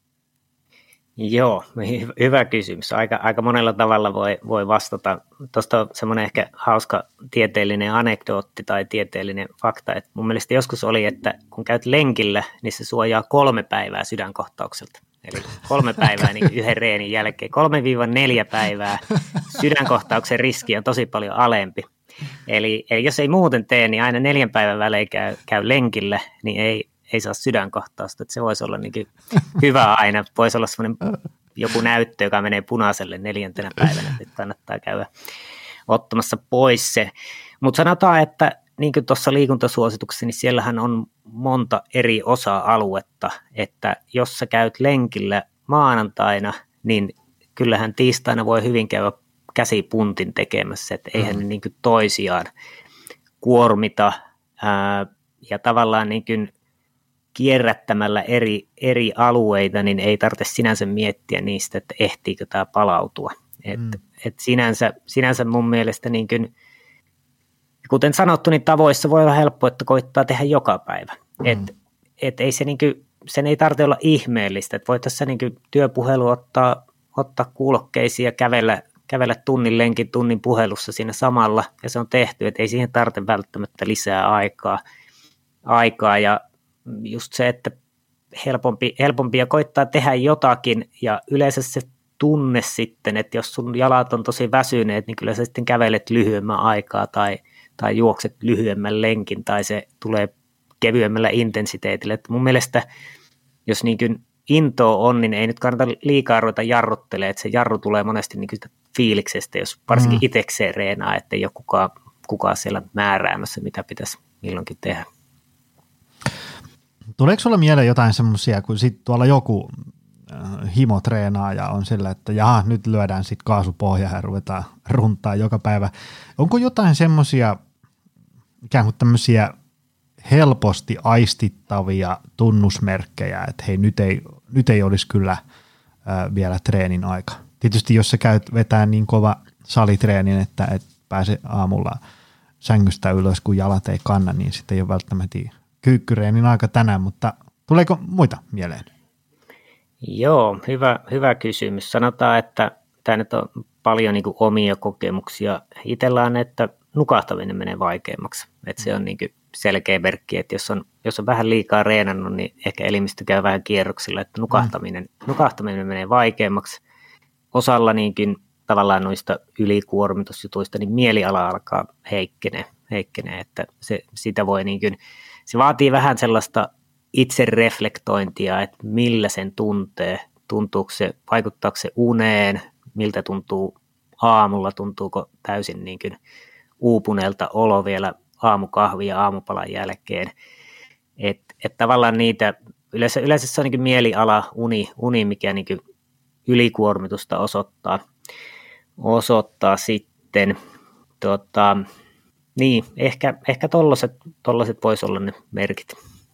Joo, hyvä kysymys. Aika, aika monella tavalla voi, voi vastata. Tuosta on semmoinen ehkä hauska tieteellinen anekdootti tai tieteellinen fakta, että mun mielestä joskus oli, että kun käyt lenkillä, niin se suojaa kolme päivää sydänkohtaukselta. Eli kolme päivää niin yhden reenin jälkeen. Kolme neljä päivää sydänkohtauksen riski on tosi paljon alempi. Eli, eli jos ei muuten tee, niin aina neljän päivän välein käy, käy lenkillä, niin ei, ei saa sydänkohtausta. Että se voisi olla niin hyvä aina. Voisi olla semmoinen joku näyttö, joka menee punaiselle neljäntenä päivänä. Nyt kannattaa käydä ottamassa pois se. Mutta sanotaan, että niin kuin tuossa liikuntasuosituksessa, niin siellähän on monta eri osa-aluetta, että jos sä käyt lenkillä maanantaina, niin kyllähän tiistaina voi hyvin käydä käsipuntin tekemässä, että eihän ne niin kuin toisiaan kuormita ää, ja tavallaan niin kuin kierrättämällä eri, eri alueita, niin ei tarvitse sinänsä miettiä niistä, että ehtiikö tämä palautua. Et, mm. et sinänsä, sinänsä mun mielestä niin kuin kuten sanottu, niin tavoissa voi olla helppoa, että koittaa tehdä joka päivä. Mm. Et, et ei se niinku, sen ei tarvitse olla ihmeellistä. Et voi tässä niinku työpuhelu ottaa, ottaa kuulokkeisiin ja kävellä, kävellä tunnin lenkin tunnin puhelussa siinä samalla. Ja se on tehty, että ei siihen tarvitse välttämättä lisää aikaa. aikaa. Ja just se, että helpompi, helpompi ja koittaa tehdä jotakin. Ja yleensä se tunne sitten, että jos sun jalat on tosi väsyneet, niin kyllä sä sitten kävelet lyhyemmän aikaa tai tai juokset lyhyemmän lenkin, tai se tulee kevyemmällä intensiteetillä. Että mun mielestä, jos niin kuin intoa on, niin ei nyt kannata liikaa ruveta jarruttelemaan, että se jarru tulee monesti niin kuin sitä fiiliksestä, jos varsinkin mm. itsekseen reenaa, että ei ole kukaan, kukaan siellä määräämässä, mitä pitäisi milloinkin tehdä. Tuleeko sulla mieleen jotain semmoisia, kun sit tuolla joku himo treenaa ja on sillä, että jaha, nyt lyödään sitten kaasupohjaa ja ruvetaan runtaa joka päivä. Onko jotain semmoisia ikään kuin tämmöisiä helposti aistittavia tunnusmerkkejä, että hei, nyt ei, nyt ei olisi kyllä ää, vielä treenin aika. Tietysti jos sä käyt vetää niin kova salitreenin, että et pääse aamulla sängystä ylös, kun jalat ei kanna, niin sitten ei ole välttämättä kyykkyreenin aika tänään, mutta tuleeko muita mieleen? Joo, hyvä, hyvä kysymys. Sanotaan, että tämä nyt on paljon niin kuin omia kokemuksia. Itsellä on, että nukahtaminen menee vaikeammaksi. Että se on niin kuin selkeä merkki, että jos on jos on vähän liikaa reenannut, niin ehkä elimistö käy vähän kierroksilla, että nukahtaminen, mm. nukahtaminen menee vaikeammaksi. Osalla niinkin tavallaan noista ylikuormitusjutuista, niin mieliala alkaa heikkenee, heikkenee että se, sitä voi niin kuin, se vaatii vähän sellaista itsereflektointia, että millä sen tuntee, tuntuuko se, vaikuttaako se uneen, miltä tuntuu aamulla, tuntuuko täysin niin kuin uupuneelta olo vielä aamukahvi ja aamupalan jälkeen, että et tavallaan niitä, yleensä, yleensä se on niin kuin mieliala, uni, uni mikä niin kuin ylikuormitusta osoittaa, osoittaa sitten, tota, niin, ehkä, ehkä tollaset, tollaset voisi olla ne merkit.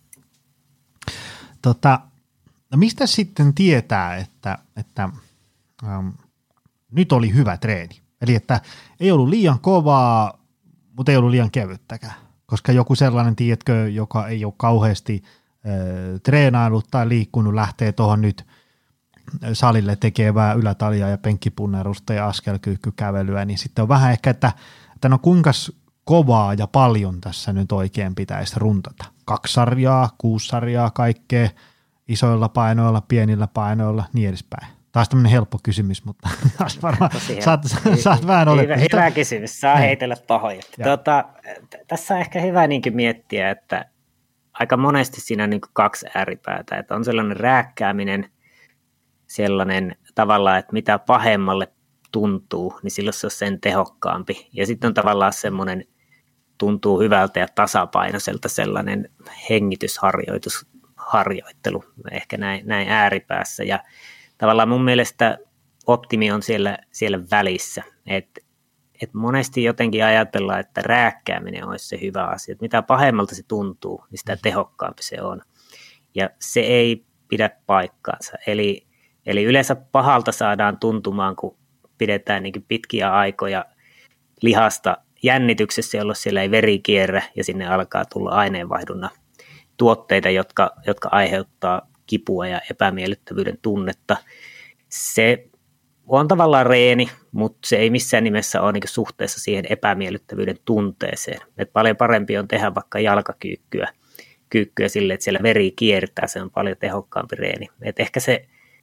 Tota, no mistä sitten tietää, että, että ähm, nyt oli hyvä treeni? Eli että ei ollut liian kovaa, mutta ei ollut liian kevyttäkään, koska joku sellainen, tiedätkö, joka ei ole kauheasti äh, treenailut tai liikkunut, lähtee tuohon nyt salille tekevää ylätalia ja penkkipunnerusta ja askelkyykkykävelyä, niin sitten on vähän ehkä, että, että no kuinka kovaa ja paljon tässä nyt oikein pitäisi runtata. Kaksi sarjaa, kuusi sarjaa, kaikkea isoilla painoilla, pienillä painoilla, niin edespäin. Taas tämmöinen helppo kysymys, mutta varmaan saat, saat vähän hyvä, hyvä kysymys, saa heitellä pahoja. Tuota, tässä on ehkä hyvä niin miettiä, että aika monesti siinä on niin kaksi ääripäätä, että on sellainen rääkkääminen, sellainen tavallaan, että mitä pahemmalle tuntuu, niin silloin se on sen tehokkaampi. Ja sitten on tavallaan semmoinen, tuntuu hyvältä ja tasapainoiselta sellainen hengitysharjoitus, harjoittelu, ehkä näin, näin ääripäässä. Ja tavallaan mun mielestä optimi on siellä, siellä välissä, että et monesti jotenkin ajatellaan, että rääkkääminen olisi se hyvä asia, että mitä pahemmalta se tuntuu, niin sitä tehokkaampi se on. Ja se ei pidä paikkaansa, eli, eli yleensä pahalta saadaan tuntumaan, kun pidetään niin pitkiä aikoja lihasta jännityksessä, jolloin siellä ei veri kierrä ja sinne alkaa tulla aineenvaihdunnan tuotteita, jotka, jotka aiheuttaa kipua ja epämiellyttävyyden tunnetta. Se on tavallaan reeni, mutta se ei missään nimessä ole niin suhteessa siihen epämiellyttävyyden tunteeseen. Et paljon parempi on tehdä vaikka jalkakyykkyä kyykkyä sille, että siellä veri kiertää, se on paljon tehokkaampi reeni. Et ehkä se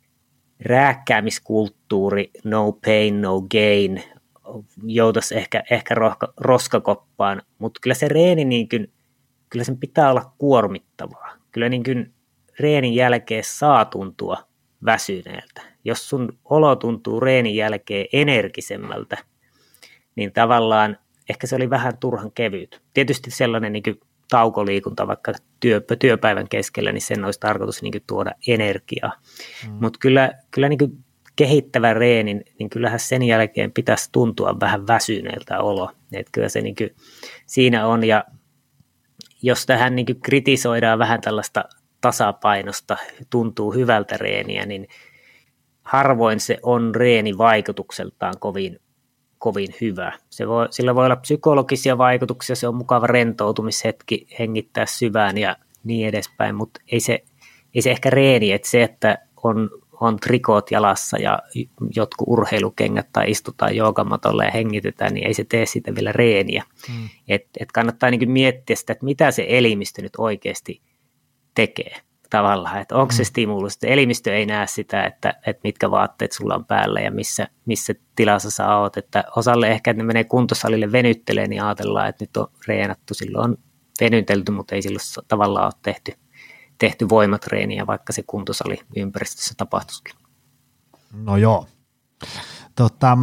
rääkkäämiskulttuuri, no pain, no gain, joutaisi ehkä, ehkä rohka, roskakoppaan, mutta kyllä se reeni, niin kuin, kyllä sen pitää olla kuormittavaa. Kyllä niin kuin reenin jälkeen saa tuntua väsyneeltä. Jos sun olo tuntuu reenin jälkeen energisemmältä, niin tavallaan ehkä se oli vähän turhan kevyt. Tietysti sellainen niin kuin taukoliikunta vaikka työ, työpäivän keskellä, niin sen olisi tarkoitus niin kuin tuoda energiaa. Mm. Mutta kyllä, kyllä niin kuin kehittävä reenin, niin kyllähän sen jälkeen pitäisi tuntua vähän väsyneeltä olo. Että kyllä se niin kuin siinä on, ja jos tähän niin kuin kritisoidaan vähän tällaista tasapainosta, tuntuu hyvältä reeniä, niin harvoin se on reeni vaikutukseltaan kovin, kovin hyvä. Se voi, sillä voi olla psykologisia vaikutuksia, se on mukava rentoutumishetki, hengittää syvään ja niin edespäin, mutta ei se, ei se ehkä reeni, että se, että on, on trikoot jalassa ja jotkut urheilukengät tai istutaan joogamatolla ja hengitetään, niin ei se tee siitä vielä reeniä. Hmm. Et, et kannattaa niin kuin miettiä sitä, että mitä se elimistö nyt oikeasti tekee tavallaan, että onko se stimulus, että elimistö ei näe sitä, että, että mitkä vaatteet sulla on päällä ja missä, missä tilassa sä oot, että osalle ehkä, että ne menee kuntosalille venyttelee, niin ajatellaan, että nyt on reenattu, silloin on venytelty, mutta ei silloin tavallaan ole tehty, tehty voimatreeniä, vaikka se kuntosali ympäristössä tapahtuisikin. No joo. Tota,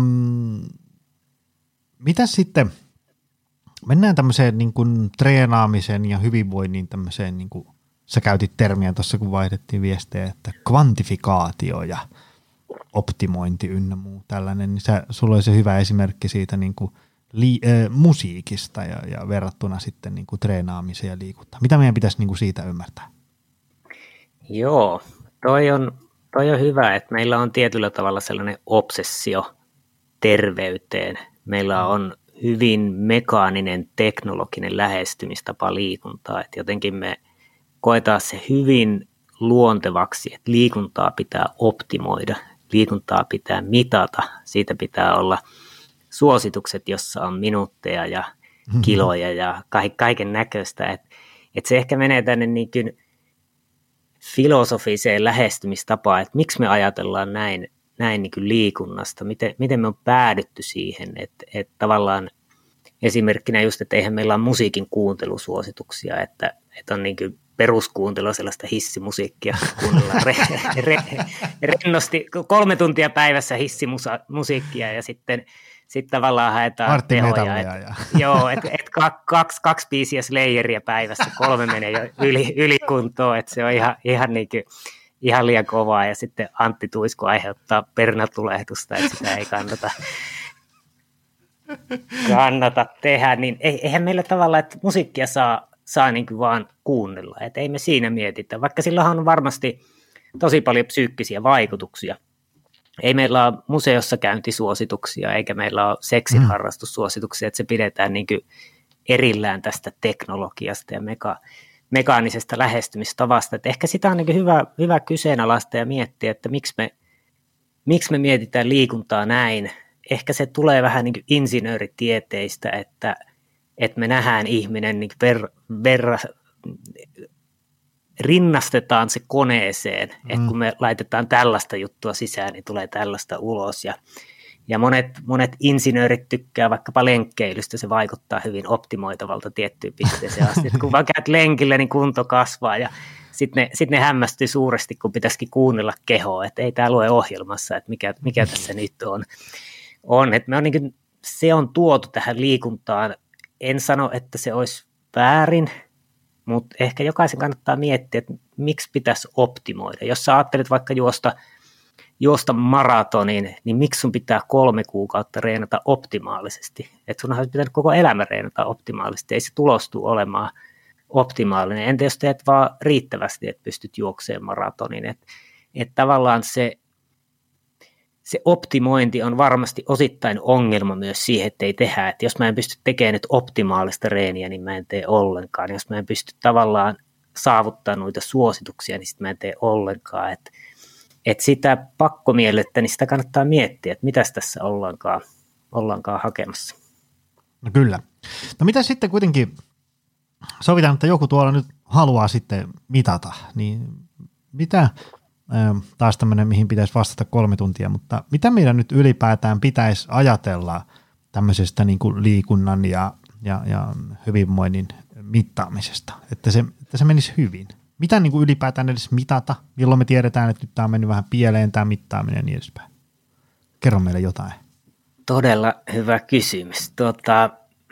mitä sitten, mennään tämmöiseen niin kuin treenaamisen ja hyvinvoinnin tämmöiseen niin kuin sä käytit termiä tuossa, kun vaihdettiin viestejä, että kvantifikaatio ja optimointi ynnä muu tällainen, niin sä, sulla oli se hyvä esimerkki siitä niin kuin li, äh, musiikista ja, ja verrattuna sitten niin kuin treenaamiseen ja liikuntaan. Mitä meidän pitäisi niin kuin siitä ymmärtää? Joo, toi on, toi on hyvä, että meillä on tietyllä tavalla sellainen obsessio terveyteen. Meillä on hyvin mekaaninen, teknologinen lähestymistapa liikuntaa, että jotenkin me koetaan se hyvin luontevaksi, että liikuntaa pitää optimoida, liikuntaa pitää mitata, siitä pitää olla suositukset, jossa on minuutteja ja kiloja ja kaiken näköistä. Et, että se ehkä menee tänne niin kuin filosofiseen lähestymistapaan, että miksi me ajatellaan näin, näin niin kuin liikunnasta, miten, miten me on päädytty siihen, että, että tavallaan esimerkkinä just, että eihän meillä ole musiikin kuuntelusuosituksia, että, että on niin kuin peruskuuntelua sellaista hissimusiikkia, kuunnellaan re, re, rennosti kolme tuntia päivässä hissimusiikkia ja sitten sitten tavallaan haetaan Martti tehoja. Et, ja. Joo, että et kaksi, kaksi biisiä Slayeria päivässä, kolme menee jo yli, ylikuntoon, että se on ihan, ihan, niin kuin, ihan liian kovaa. Ja sitten Antti Tuisku aiheuttaa pernatulehdusta, että sitä ei kannata, kannata tehdä. Niin eihän meillä tavallaan, että musiikkia saa, saa niin kuin vaan kuunnella, että ei me siinä mietitä, vaikka sillä on varmasti tosi paljon psyykkisiä vaikutuksia. Ei meillä ole museossa käyntisuosituksia, eikä meillä ole seksin harrastussuosituksia, että se pidetään niin kuin erillään tästä teknologiasta ja meka, mekaanisesta lähestymistavasta. Että ehkä sitä on niin kuin hyvä, hyvä kyseenalaista ja miettiä, että miksi me, miksi me mietitään liikuntaa näin. Ehkä se tulee vähän niin kuin insinööritieteistä, että, että me nähdään ihminen niin ver, verra, rinnastetaan se koneeseen, mm. että kun me laitetaan tällaista juttua sisään, niin tulee tällaista ulos. Ja, ja monet, monet insinöörit tykkää vaikkapa lenkkeilystä, se vaikuttaa hyvin optimoitavalta tiettyyn pisteeseen asti. Et kun vaan käyt lenkille, niin kunto kasvaa ja sitten ne, sit ne hämmästyy suuresti, kun pitäisikin kuunnella kehoa, että ei tämä lue ohjelmassa, että mikä, mikä tässä nyt on. on. Et me on niin kuin, se on tuotu tähän liikuntaan. En sano, että se olisi väärin, mutta ehkä jokaisen kannattaa miettiä, että miksi pitäisi optimoida. Jos sä ajattelet vaikka juosta, juosta maratonin, niin miksi sun pitää kolme kuukautta reenata optimaalisesti? Että sun olisi pitänyt koko elämä reenata optimaalisesti, ei se tulostu olemaan optimaalinen. Entä jos teet vaan riittävästi, että pystyt juokseen maratonin? Että et tavallaan se, se optimointi on varmasti osittain ongelma myös siihen, että ei tehdä. Että jos mä en pysty tekemään nyt optimaalista reeniä, niin mä en tee ollenkaan. Jos mä en pysty tavallaan saavuttaa noita suosituksia, niin sitten mä en tee ollenkaan. Että et sitä pakkomielettä, niin sitä kannattaa miettiä, että mitäs tässä ollaankaan, ollaankaan hakemassa. No kyllä. No mitä sitten kuitenkin, sovitaan, että joku tuolla nyt haluaa sitten mitata, niin mitä... taas tämmöinen, mihin pitäisi vastata kolme tuntia, mutta mitä meidän nyt ylipäätään pitäisi ajatella tämmöisestä niin kuin liikunnan ja, ja, ja hyvinvoinnin mittaamisesta, että se, että se menisi hyvin? Mitä niin kuin ylipäätään edes mitata, milloin me tiedetään, että nyt tämä on mennyt vähän pieleen tämä mittaaminen ja niin edespäin? Kerro meille jotain. Todella hyvä kysymys. Tuota,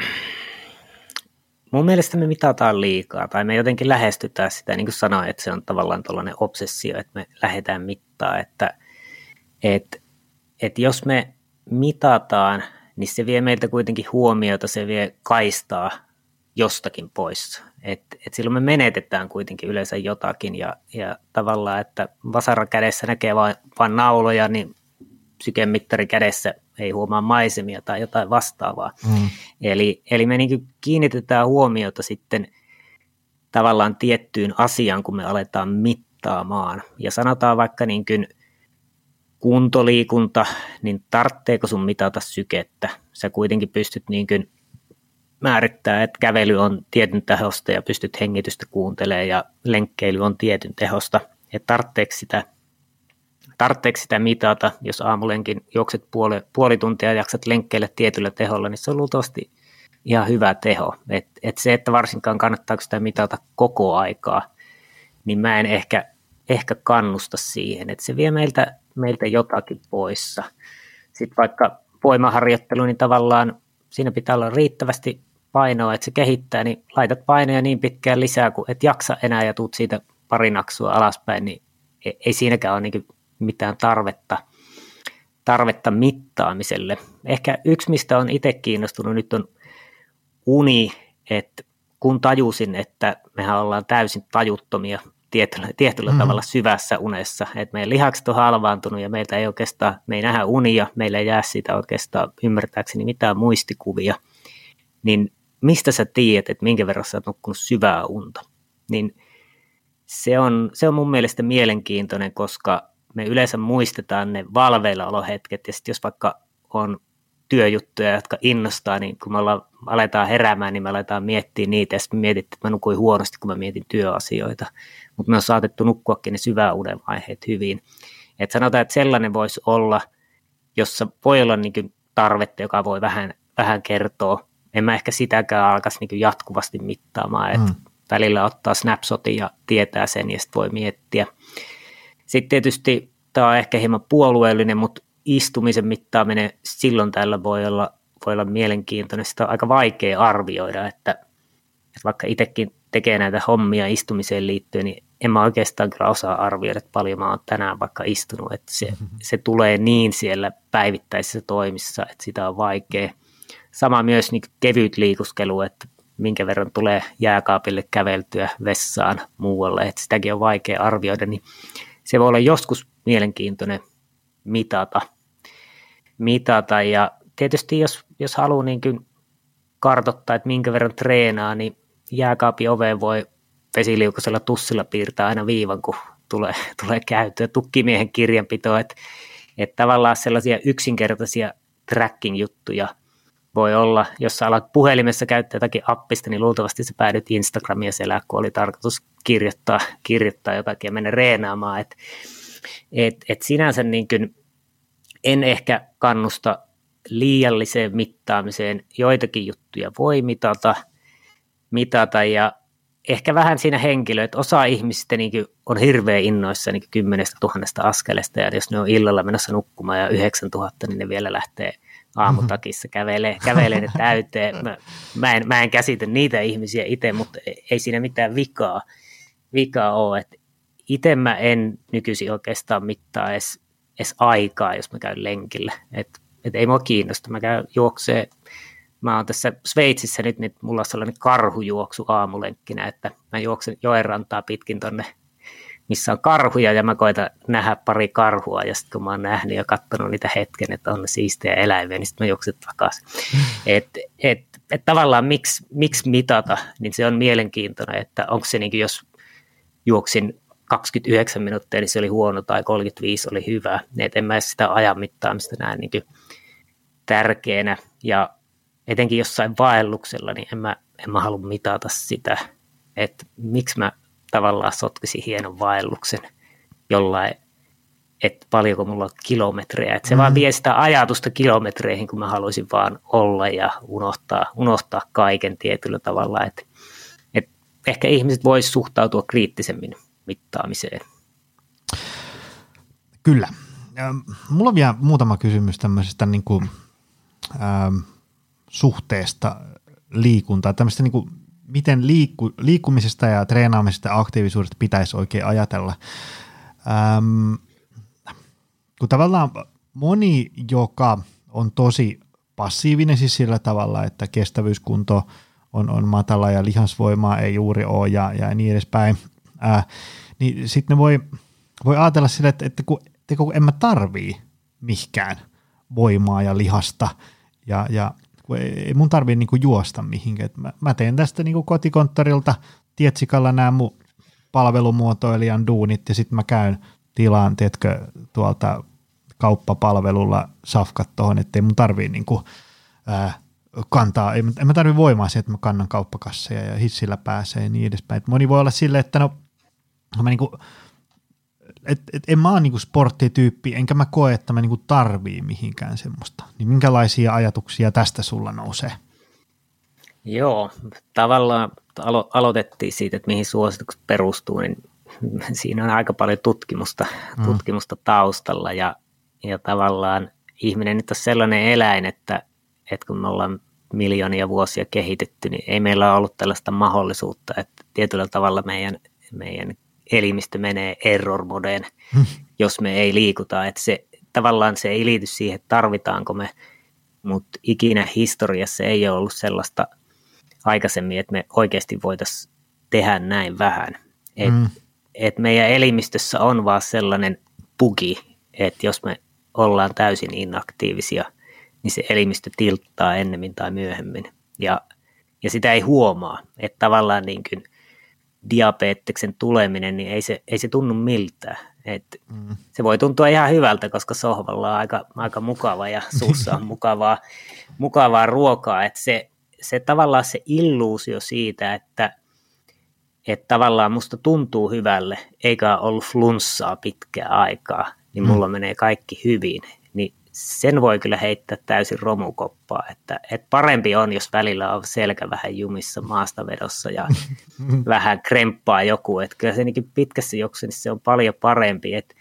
mun mielestä me mitataan liikaa, tai me jotenkin lähestytään sitä, niin kuin sanoin, että se on tavallaan tällainen obsessio, että me lähdetään mittaa, että, että, että jos me mitataan, niin se vie meiltä kuitenkin huomiota, se vie kaistaa jostakin pois, että, että silloin me menetetään kuitenkin yleensä jotakin, ja, ja tavallaan, että vasara kädessä näkee vain, vain nauloja, niin sykemittari kädessä ei huomaa maisemia tai jotain vastaavaa. Mm. Eli, eli me niin kiinnitetään huomiota sitten tavallaan tiettyyn asiaan, kun me aletaan mittaamaan. Ja sanotaan vaikka niin kuin kuntoliikunta, niin tarvitseeko sun mitata sykettä? Sä kuitenkin pystyt niin kuin määrittämään, että kävely on tietyn tehosta ja pystyt hengitystä kuuntelemaan ja lenkkeily on tietyn tehosta. Että tarvitseeko sitä Tarvitseeko sitä mitata, jos aamulenkin juokset puoli, puoli tuntia ja jaksat lenkkeillä tietyllä teholla, niin se on luultavasti ihan hyvä teho. Et, et se, että varsinkaan kannattaako sitä mitata koko aikaa, niin mä en ehkä, ehkä kannusta siihen, että se vie meiltä, meiltä jotakin poissa. Sitten vaikka voimaharjoittelu, niin tavallaan siinä pitää olla riittävästi painoa, että se kehittää, niin laitat painoja niin pitkään lisää, kun et jaksa enää ja tuut siitä pari naksua alaspäin, niin ei, ei siinäkään ole niin mitään tarvetta, tarvetta mittaamiselle. Ehkä yksi, mistä on itse kiinnostunut nyt on uni, että kun tajusin, että mehän ollaan täysin tajuttomia tietyllä, tietyllä mm-hmm. tavalla syvässä unessa, että meidän lihakset on halvaantunut ja meiltä ei oikeastaan, me ei nähdä unia, meillä ei jää siitä oikeastaan ymmärtääkseni mitään muistikuvia, niin mistä sä tiedät, että minkä verran sä oot nukkunut syvää unta, niin se on, se on mun mielestä mielenkiintoinen, koska me yleensä muistetaan ne valveilla olohetket, ja sitten jos vaikka on työjuttuja, jotka innostaa, niin kun me ollaan aletaan heräämään, niin me aletaan miettiä niitä, ja sitten mietit, että mä nukuin huonosti, kun mä mietin työasioita, mutta me on saatettu nukkuakin ne syväunen vaiheet hyvin. Et sanotaan, että sellainen voisi olla, jossa voi olla niin kuin tarvetta, joka voi vähän, vähän kertoa. En mä ehkä sitäkään alkaisi niin kuin jatkuvasti mittaamaan, että mm. välillä ottaa snapshotin ja tietää sen, ja sitten voi miettiä. Sitten tietysti tämä on ehkä hieman puolueellinen, mutta istumisen mittaaminen silloin tällä voi olla, voi olla mielenkiintoinen. Sitä on aika vaikea arvioida, että, että vaikka itsekin tekee näitä hommia istumiseen liittyen, niin en mä oikeastaan kyllä osaa arvioida, että paljon mä oon tänään vaikka istunut. Että se, mm-hmm. se tulee niin siellä päivittäisissä toimissa, että sitä on vaikea. Sama myös niin kevyt liikuskelu, että minkä verran tulee jääkaapille käveltyä vessaan muualle, että sitäkin on vaikea arvioida, niin se voi olla joskus mielenkiintoinen mitata. mitata. Ja tietysti jos, jos haluaa niin kuin kartoittaa, että minkä verran treenaa, niin jääkaapin oveen voi vesiliukoisella tussilla piirtää aina viivan, kun tulee, tulee käyttöä. Tukkimiehen kirjanpito, että, että tavallaan sellaisia yksinkertaisia tracking-juttuja voi olla, jos sä alat puhelimessa käyttää jotakin appista, niin luultavasti sä päädyt Instagramia selää, kun oli tarkoitus kirjoittaa, kirjoittaa jotakin ja mennä reenaamaan. Et, et, et sinänsä niin kuin en ehkä kannusta liialliseen mittaamiseen. Joitakin juttuja voi mitata, mitata ja ehkä vähän siinä henkilö, että osa ihmisistä niin kuin on hirveän innoissa niin kymmenestä tuhannesta askeleesta, ja jos ne on illalla menossa nukkumaan ja yhdeksän tuhatta, niin ne vielä lähtee aamutakissa kävelee, kävelee ne täyteen. Mä, mä, en, mä en käsitä niitä ihmisiä itse, mutta ei siinä mitään vikaa, vikaa ole. Et itse mä en nykyisin oikeastaan mittaa edes, edes aikaa, jos mä käyn lenkillä. Et, et ei mua kiinnosta. Mä käyn juokseen. Mä oon tässä Sveitsissä nyt, niin mulla on sellainen karhujuoksu aamulenkkinä, että mä juoksen joenrantaa pitkin tonne, missä on karhuja, ja mä koitan nähdä pari karhua, ja sitten kun mä oon nähnyt ja katsonut niitä hetken, että on ne siistejä eläimiä, niin sitten mä juoksen takaisin. Että et, et tavallaan miksi, miksi mitata, niin se on mielenkiintoinen, että onko se niin kuin jos juoksin kaksikymmentäyhdeksän minuuttia, niin se oli huono, tai kolmekymmentäviisi oli hyvä. Että en mä sitä ajan mittaamista näe niin kuin tärkeänä, ja etenkin jossain vaelluksella, niin en mä, en mä halua mitata sitä, että miksi mä tavallaan sotkisin hienon vaelluksen jollain, että paljonko mulla on kilometrejä. Että se mm. vaan vie sitä ajatusta kilometreihin, kun mä haluaisin vaan olla ja unohtaa, unohtaa kaiken tietyllä tavalla. Että, että ehkä ihmiset vois suhtautua kriittisemmin mittaamiseen. Kyllä. Mulla on vielä muutama kysymys tämmöisestä niin kuin, ähm, suhteesta liikuntaan, tämmöistä niin kuin miten liikku, liikkumisesta ja treenaamisesta ja aktiivisuudesta pitäisi oikein ajatella. Ähm, kun tavallaan moni, joka on tosi passiivinen siis sillä tavalla, että kestävyyskunto on, on matala ja lihasvoimaa ei juuri ole ja, ja niin edespäin, äh, niin sitten ne voi, voi ajatella sillä, että, että kun, että kun en mä tarvii mihkään voimaa ja lihasta ja, ja ei mun tarvitse niinku juosta mihinkään. Mä, mä teen tästä niinku kotikonttorilta tietsikalla nämä mun palvelumuotoilijan duunit ja sitten mä käyn tilaan, tiedätkö, tuolta kauppapalvelulla safkat tuohon, ettei mun tarvii niinku, ää, kantaa, en, en mä tarvii voimaa siihen, että mä kannan kauppakasseja ja hissillä pääsee ja niin edespäin. Et moni voi olla silleen, että no mä niinku, et, et, en mä ole niinku sporttityyppi, enkä mä koe, että mä niinku tarvii mihinkään semmoista. Niin minkälaisia ajatuksia tästä sulla nousee? Joo, tavallaan alo- aloitettiin siitä, että mihin suositukset perustuu, niin siinä on aika paljon tutkimusta, mm. tutkimusta taustalla ja, ja tavallaan ihminen nyt on sellainen eläin, että, että kun me ollaan miljoonia vuosia kehitetty, niin ei meillä ole ollut tällaista mahdollisuutta, että tietyllä tavalla meidän, meidän elimistö menee error-modeen, hmm. jos me ei liikuta. Että se, tavallaan se ei liity siihen, että tarvitaanko me, mutta ikinä historiassa ei ole ollut sellaista aikaisemmin, että me oikeasti voitaisiin tehdä näin vähän. Et, hmm. et meidän elimistössä on vaan sellainen bugi, että jos me ollaan täysin inaktiivisia, niin se elimistö tilttaa ennemmin tai myöhemmin. Ja, ja sitä ei huomaa, että tavallaan niin kuin diabeteksen tuleminen, niin ei se, ei se tunnu miltään. Et mm. Se voi tuntua ihan hyvältä, koska sohvalla on aika, aika mukava ja suussa on mukavaa, mukavaa ruokaa. Et se, se tavallaan se illuusio siitä, että, että tavallaan musta tuntuu hyvälle, eikä ollut flunssaa pitkää aikaa, niin mulla mm. menee kaikki hyvin, niin sen voi kyllä heittää täysin romukoppaa, että, että parempi on, jos välillä on selkä vähän jumissa maastavedossa ja vähän kremppaa joku, että kyllä se niin pitkässä juoksussa niin se on paljon parempi, että,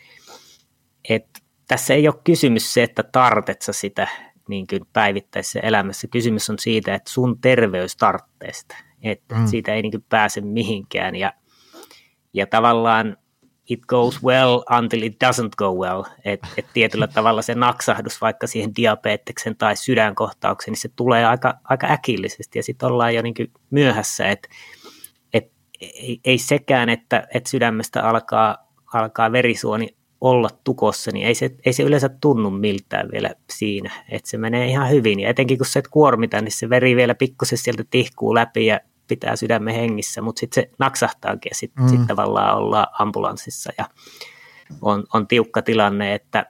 että tässä ei ole kysymys se, että tartet sä sitä niin kuin päivittäisessä elämässä, kysymys on siitä, että sun terveys tarttee sitä, että mm. siitä ei niin kuin pääse mihinkään ja, ja tavallaan it goes well until it doesn't go well, että et tietyllä tavalla se naksahdus vaikka siihen diabeteksen tai sydänkohtaukseen, niin se tulee aika, aika äkillisesti ja sitten ollaan jo niin kuin myöhässä, että et, ei, ei sekään, että et sydämestä alkaa, alkaa verisuoni olla tukossa, niin ei se, ei se yleensä tunnu miltään vielä siinä, että se menee ihan hyvin ja etenkin kun se et kuormita, niin se veri vielä pikkusen sieltä tihkuu läpi ja pitää sydämen hengissä, mutta sitten se naksahtaakin ja sitten mm. sit tavallaan ollaan ambulanssissa ja on, on tiukka tilanne, että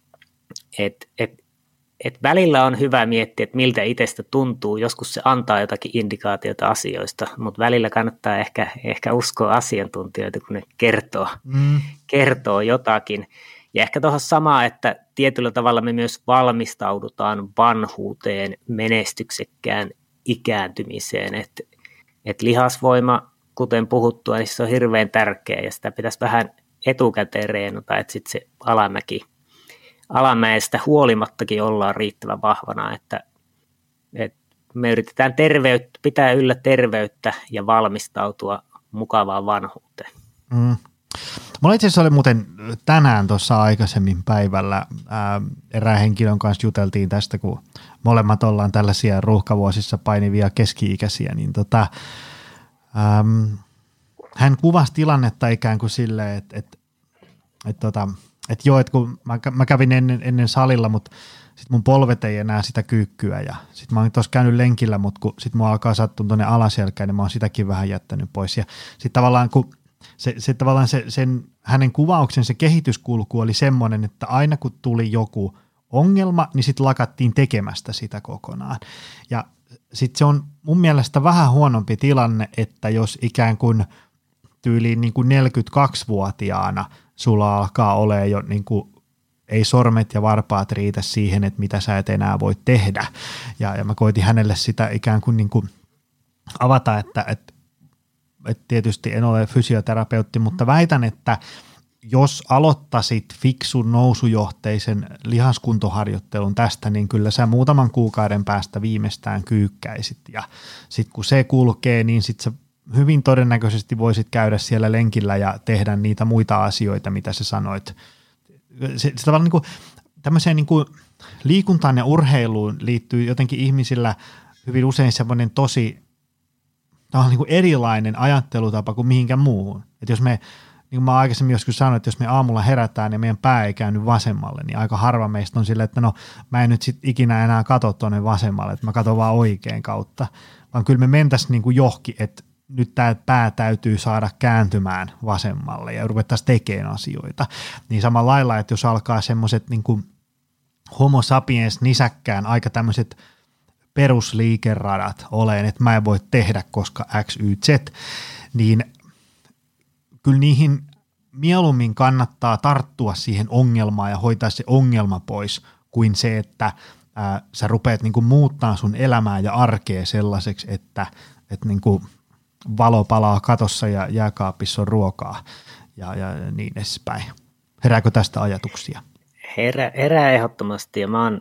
et, et, et välillä on hyvä miettiä, että miltä itsestä tuntuu, joskus se antaa jotakin indikaatiota asioista, mutta välillä kannattaa ehkä, ehkä uskoa asiantuntijoita, kun ne kertoo, mm. kertoo jotakin. Ja ehkä tuohon samaa, että tietyllä tavalla me myös valmistaudutaan vanhuuteen, menestyksekkään ikääntymiseen, että et lihasvoima, kuten puhuttua, niin se on hirveän tärkeä ja sitä pitäisi vähän etukäteen reenata, että sitten se alamäki, alamäestä huolimattakin ollaan riittävän vahvana, että, että me yritetään terveyttä, pitää yllä terveyttä ja valmistautua mukavaan vanhuuteen. Mm. Mulla itse asiassa oli muuten tänään tuossa aikaisemmin päivällä ää, erään henkilön kanssa juteltiin tästä, kun molemmat ollaan tällaisia ruuhkavuosissa painivia keski-ikäisiä, niin tota, äm, hän kuvasi tilannetta ikään kuin silleen, että et, et tota, et joo, että kun mä, mä kävin ennen, ennen salilla, mutta sitten mun polvet ei enää sitä kyykkyä ja sitten mä oon tuossa käynyt lenkillä, mutta kun sitten mua alkaa sattua tuonne alaselkään, niin mä oon sitäkin vähän jättänyt pois ja sitten tavallaan kun Se, se tavallaan se, sen, hänen kuvauksensa kehityskulku oli semmoinen, että aina kun tuli joku ongelma, niin sitten lakattiin tekemästä sitä kokonaan. Ja sitten se on mun mielestä vähän huonompi tilanne, että jos ikään kuin tyyliin niin kuin neljäkymmentäkaksivuotiaana sulla alkaa olemaan jo niin kuin, ei sormet ja varpaat riitä siihen, että mitä sä et enää voi tehdä. Ja, ja mä koitin hänelle sitä ikään kuin, niin kuin avata, että, että Et tietysti en ole fysioterapeutti, mutta väitän, että jos aloittaisit fiksun nousujohteisen lihaskuntoharjoittelun tästä, niin kyllä sä muutaman kuukauden päästä viimeistään kyykkäisit. Ja sitten kun se kulkee, niin sitten sä hyvin todennäköisesti voisit käydä siellä lenkillä ja tehdä niitä muita asioita, mitä sä sanoit. Se, se tavallaan niin kuin, tämmöiseen niin kuin liikuntaan ja urheiluun liittyy jotenkin ihmisillä hyvin usein semmoinen tosi tämä on niin kuin erilainen ajattelutapa kuin mihinkään muuhun. Että jos me, niin kuin mä aikaisemmin joskus sanoin, että jos me aamulla herätään ja meidän pää ei käynyt vasemmalle, niin aika harva meistä on silleen, että no mä en nyt sit ikinä enää katso tuonne vasemmalle, että mä katson vaan oikein kautta. Vaan kyllä me mentäisiin niin kuin johonkin, että nyt tämä pää täytyy saada kääntymään vasemmalle ja ruvettaisiin tekemään asioita. Niin samalla lailla, että jos alkaa semmoiset niin kuin homo sapiens nisäkkään aika tämmöiset perusliikeradat oleen, että mä en voi tehdä, koska X, Y, Z, niin kyllä niihin mieluummin kannattaa tarttua siihen ongelmaan ja hoitaa se ongelma pois, kuin se, että ää, sä rupeat niinku muuttaa sun elämää ja arkea sellaiseksi, että, että niinku valo palaa katossa ja jääkaapissa on ruokaa ja, ja niin edespäin. Herääkö tästä ajatuksia? Herää, herää ehdottomasti ja mä oon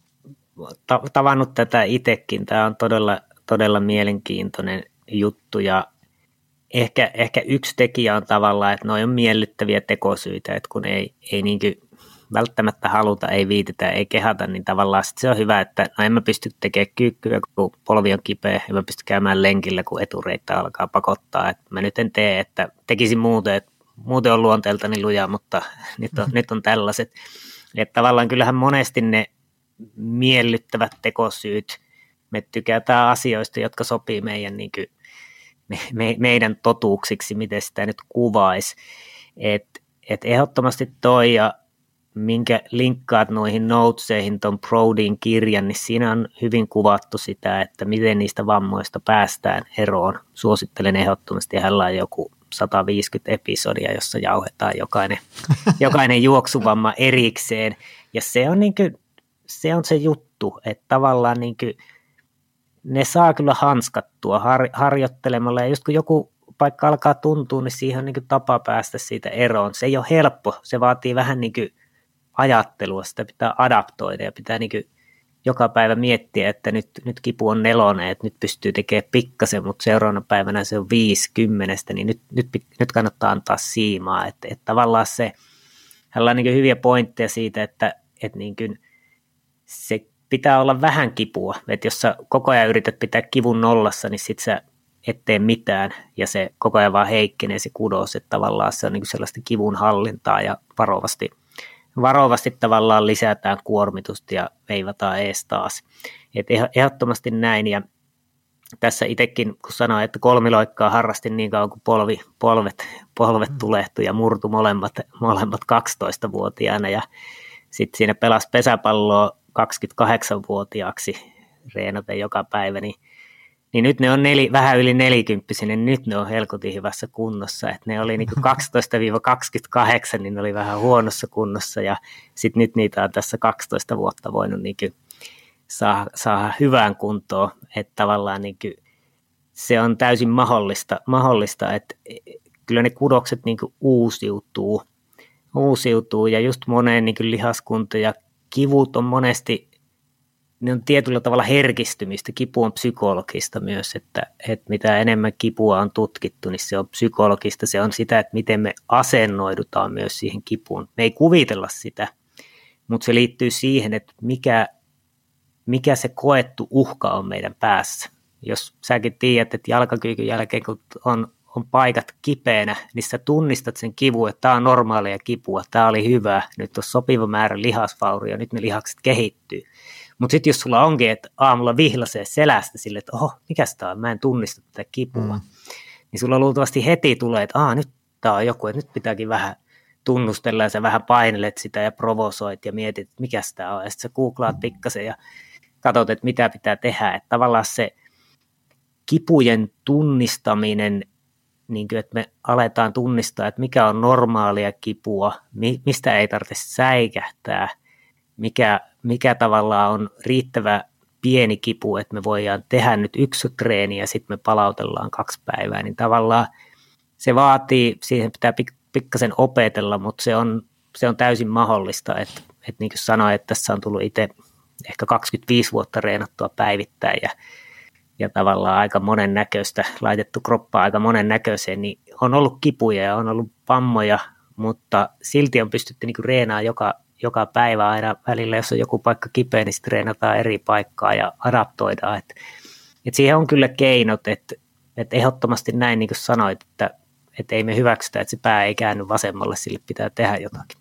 tavannut tätä itsekin. Tämä on todella, todella mielenkiintoinen juttu ja ehkä, ehkä yksi tekijä on tavallaan, että ne on miellyttäviä tekosyitä, että kun ei, ei niin kuin välttämättä haluta, ei viititä, ei kehata, niin tavallaan se on hyvä, että no en mä pysty tekemään kyykkyä, kun polvi on kipeä, en mä pysty käymään lenkillä, kun etureittä alkaa pakottaa, että mä nyt en tee, että tekisin muuten, että muuten on luonteeltani luja, mutta nyt on, nyt on tällaiset. Että tavallaan kyllähän monesti ne miellyttävät tekosyyt, me tykätään asioista, jotka sopii meidän, niin kuin, me, me, meidän totuuksiksi, miten sitä nyt kuvaisi. Et, et ehdottomasti toi, ja minkä linkkaat noihin noteseihin tuon Brodin kirjan, niin siinä on hyvin kuvattu sitä, että miten niistä vammoista päästään eroon. Suosittelen ehdottomasti, hänellä on joku sata viisikymmentä episodia, jossa jauhetaan jokainen, jokainen juoksuvamma erikseen. Ja se on, niin kuin, se, on se juttu, että tavallaan niin kuin, ne saa kyllä hanskattua har, harjoittelemalla, ja just kun joku paikka alkaa tuntua, niin siihen on niin kuin tapa päästä siitä eroon. Se ei ole helppo, se vaatii vähän niin kuin ajattelua, sitä pitää adaptoida ja pitää niin kuin joka päivä miettiä, että nyt, nyt kipu on nelonen, että nyt pystyy tekemään pikkasen, mutta seuraavana päivänä se on viisi kymmenestä, niin nyt, nyt, nyt kannattaa antaa siimaa. Että, että tavallaan se, hänellä on niin kuin hyviä pointteja siitä, että, että niin kuin se pitää olla vähän kipua, että jos sä koko ajan yrität pitää kivun nollassa, niin sit sä et tee mitään ja se koko ajan vaan heikkenee se kudos, että tavallaan se on niin kuin sellaista kivun hallintaa ja varovasti Varovasti tavallaan lisätään kuormitusta ja veivataan ees taas. Et ehdottomasti näin. Ja tässä itsekin, kun sanoin, että kolmiloikkaa harrastin niin kauan kuin polvi, polvet, polvet tulehtui ja murtu molemmat, molemmat kaksitoistavuotiaana. Ja sitten siinä pelasi pesäpalloa kaksikymmentäkahdeksanvuotiaaksi reenaten joka päivä, niin Niin nyt ne on neli, vähän yli nelikymppisiä, niin nyt ne on helkutin hyvässä kunnossa. Et ne oli niinku kaksitoista kaksikymmentäkahdeksan, niin ne oli vähän huonossa kunnossa. Ja sitten nyt niitä on tässä kaksitoista vuotta voinut niinku saada, saada hyvään kuntoon. Että tavallaan niinku se on täysin mahdollista, mahdollista että kyllä ne kudokset niinku uusiutuu, uusiutuu. Ja just moneen niinku lihaskunto ja kivut on monesti, ne on tietyllä tavalla herkistymistä. Kipu on psykologista myös, että, että mitä enemmän kipua on tutkittu, niin se on psykologista. Se on sitä, että miten me asennoidutaan myös siihen kipuun. Me ei kuvitella sitä, mutta se liittyy siihen, että mikä, mikä se koettu uhka on meidän päässä. Jos säkin tiedät, että jalkakyykyn jälkeen, kun on, on paikat kipeänä, niin sä tunnistat sen kivun, että tämä on normaalia kipua, tämä oli hyvä, nyt on sopiva määrä lihasvauria, nyt ne lihakset kehittyy. Mutta sitten jos sulla onkin, että aamulla vihlasee selästä sille, että oho, mikäs tää on, mä en tunnista tätä kipua, mm. niin sulla luultavasti heti tulee, että Aa, nyt tää on joku, että nyt pitääkin vähän tunnustella ja sä vähän painelet sitä ja provosoit ja mietit, että mikäs tää on. Ja sitten sä googlaat pikkasen ja katsot, että mitä pitää tehdä. Että tavallaan se kipujen tunnistaminen, niin kuin, että me aletaan tunnistaa, että mikä on normaalia kipua, mistä ei tarvitse säikähtää, mikä, mikä tavallaan on riittävä pieni kipu, että me voidaan tehdä nyt yksi treeni ja sitten me palautellaan kaksi päivää, niin tavallaan se vaatii, siihen pitää pik- pikkasen opetella, mutta se on, se on täysin mahdollista, että, että niin kuin sanoin, että tässä on tullut itse ehkä kaksikymmentäviisi vuotta reenattua päivittäin ja, ja tavallaan aika monen näköistä, laitettu kroppaa aika monen näköiseen, niin on ollut kipuja ja on ollut vammoja, mutta silti on pystytty niin kuin reenaamaan joka joka päivä aina välillä, jos on joku paikka kipeä, niin sitten treenataan eri paikkaa ja adaptoidaan. Et, et siihen on kyllä keinot, että et ehdottomasti näin, niin kuin sanoit, että et ei me hyväksytä, että se pää ei käänny vasemmalle, sille pitää tehdä jotakin.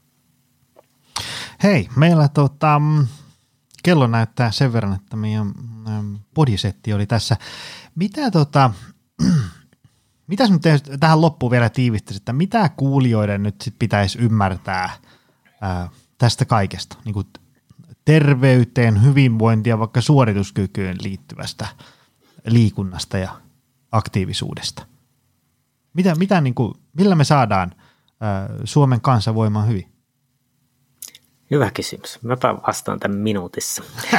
Hei, meillä tota, kello näyttää sen verran, että meidän bodysetti oli tässä. Mitä tota, mitäs nyt tähän loppuun vielä tiivistäisi, että mitä kuulijoiden nyt sit pitäisi ymmärtää ää, tästä kaikesta, niin kuin terveyteen, hyvinvointiin ja vaikka suorituskykyyn liittyvästä liikunnasta ja aktiivisuudesta? Mitä, mitä, niin kuin, millä me saadaan ää, Suomen kansa voimaan hyvin? Hyvä kysymys. Mäpä vastaan tämän minuutissa.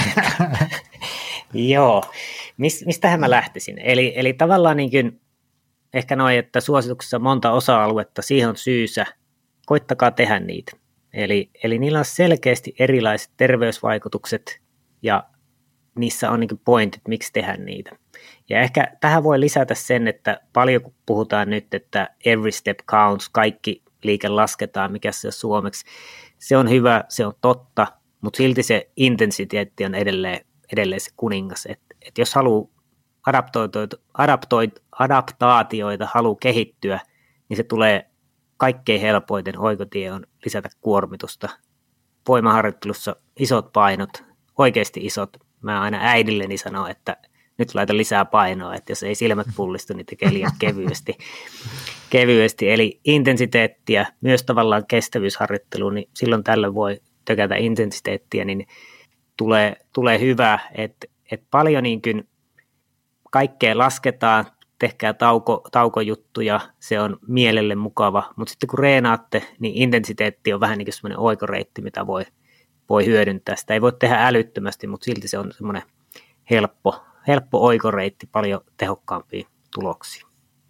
Joo. Mist, mistähän mä lähtisin? Eli, eli tavallaan niin kuin, ehkä noin, että suosituksessa on monta osa-aluetta, siihen on syysä. Koittakaa tehdä niitä. Eli, eli niillä on selkeästi erilaiset terveysvaikutukset ja niissä on niin pointit, miksi tehdä niitä. Ja ehkä tähän voi lisätä sen, että paljon kun puhutaan nyt, että every step counts, kaikki liike lasketaan, mikä se on suomeksi. Se on hyvä, se on totta, mutta silti se intensiteetti on edelleen, edelleen se kuningas. Et, et jos haluaa adaptoid, adaptaatioita, haluaa kehittyä, niin se tulee kaikkein helpoiten oikotie on lisätä kuormitusta. Voimaharjoittelussa isot painot, oikeasti isot. Mä aina äidilleni sanon, että nyt laita lisää painoa, että jos ei silmät pullistu, niin tekee liian kevyesti. kevyesti. Eli intensiteettiä, myös tavallaan kestävyysharjoittelu, niin silloin tällöin voi tökätä intensiteettiä, niin tulee, tulee hyvä, että, että paljon niin kuin kaikkea lasketaan, tehkää tauko, taukojuttuja, se on mielelle mukava, mutta sitten kun reenaatte, niin intensiteetti on vähän niin kuin semmoinen oikoreitti, mitä voi, voi hyödyntää. Sitä ei voi tehdä älyttömästi, mutta silti se on semmoinen helppo, helppo oikoreitti, paljon tehokkaampia tuloksia.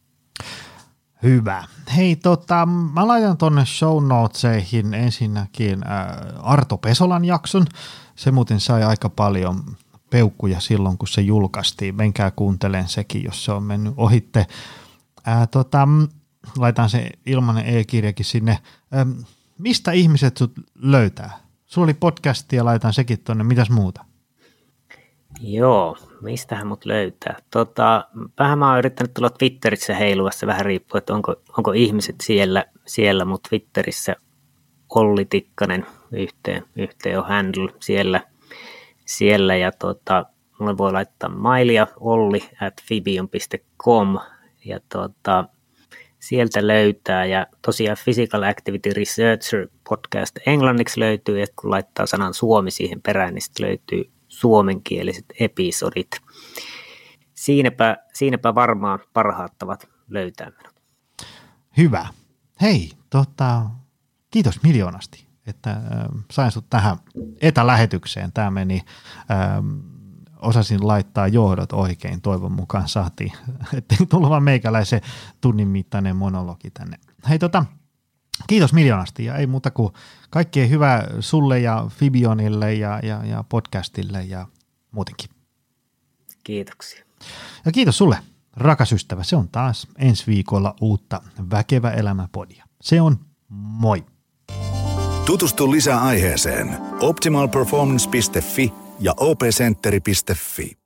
Hyvä. Hei, tota, mä laitan tuonne show notesihin ensinnäkin ää, Arto Pesolan jakson. Se muuten sai aika paljon peukkuja silloin, kun se julkaistiin. Menkää kuuntelemaan sekin, jos se on mennyt ohitte. Ää, tota, laitan se ilmanen e-kirjakin sinne. Ää, mistä ihmiset sut löytää? Sulla oli podcasti ja laitan sekin tuonne. Mitäs muuta? Joo, mistähän mut löytää? Tota, vähän mä oon yrittänyt tulla Twitterissä heiluvassa, vähän riippuu, että onko, onko ihmiset siellä, siellä mutta Twitterissä Olli Tikkanen yhteen, yhteen on handle siellä, siellä ja tota, mulle voi laittaa mailia olli at fibion piste com ja tota, sieltä löytää ja tosiaan Physical Activity Researcher podcast englanniksi löytyy ja kun laittaa sanan Suomi siihen perään, niin sitten löytyy suomenkieliset episodit. Siinäpä, siinäpä varmaan parhaat tavat löytää minut. Hyvä. Hei, tota, kiitos miljoonasti, että äh, sain sut tähän etälähetykseen. Tämä meni, äh, osasin laittaa johdot oikein, toivon mukaan saatiin, ettei tullut vaan meikäläisen tunnin mittainen monologi tänne. Hei, tota, kiitos miljoonasti ja ei muuta kuin kaikkea hyvää sulle ja Fibionille ja, ja, ja podcastille ja muutenkin. Kiitoksia. Ja kiitos sulle, rakas ystävä. Se on taas ensi viikolla uutta Väkevä elämä -podia. Se on moi. Tutustu lisää aiheeseen optimal performance piste fi ja o p centeri piste fi.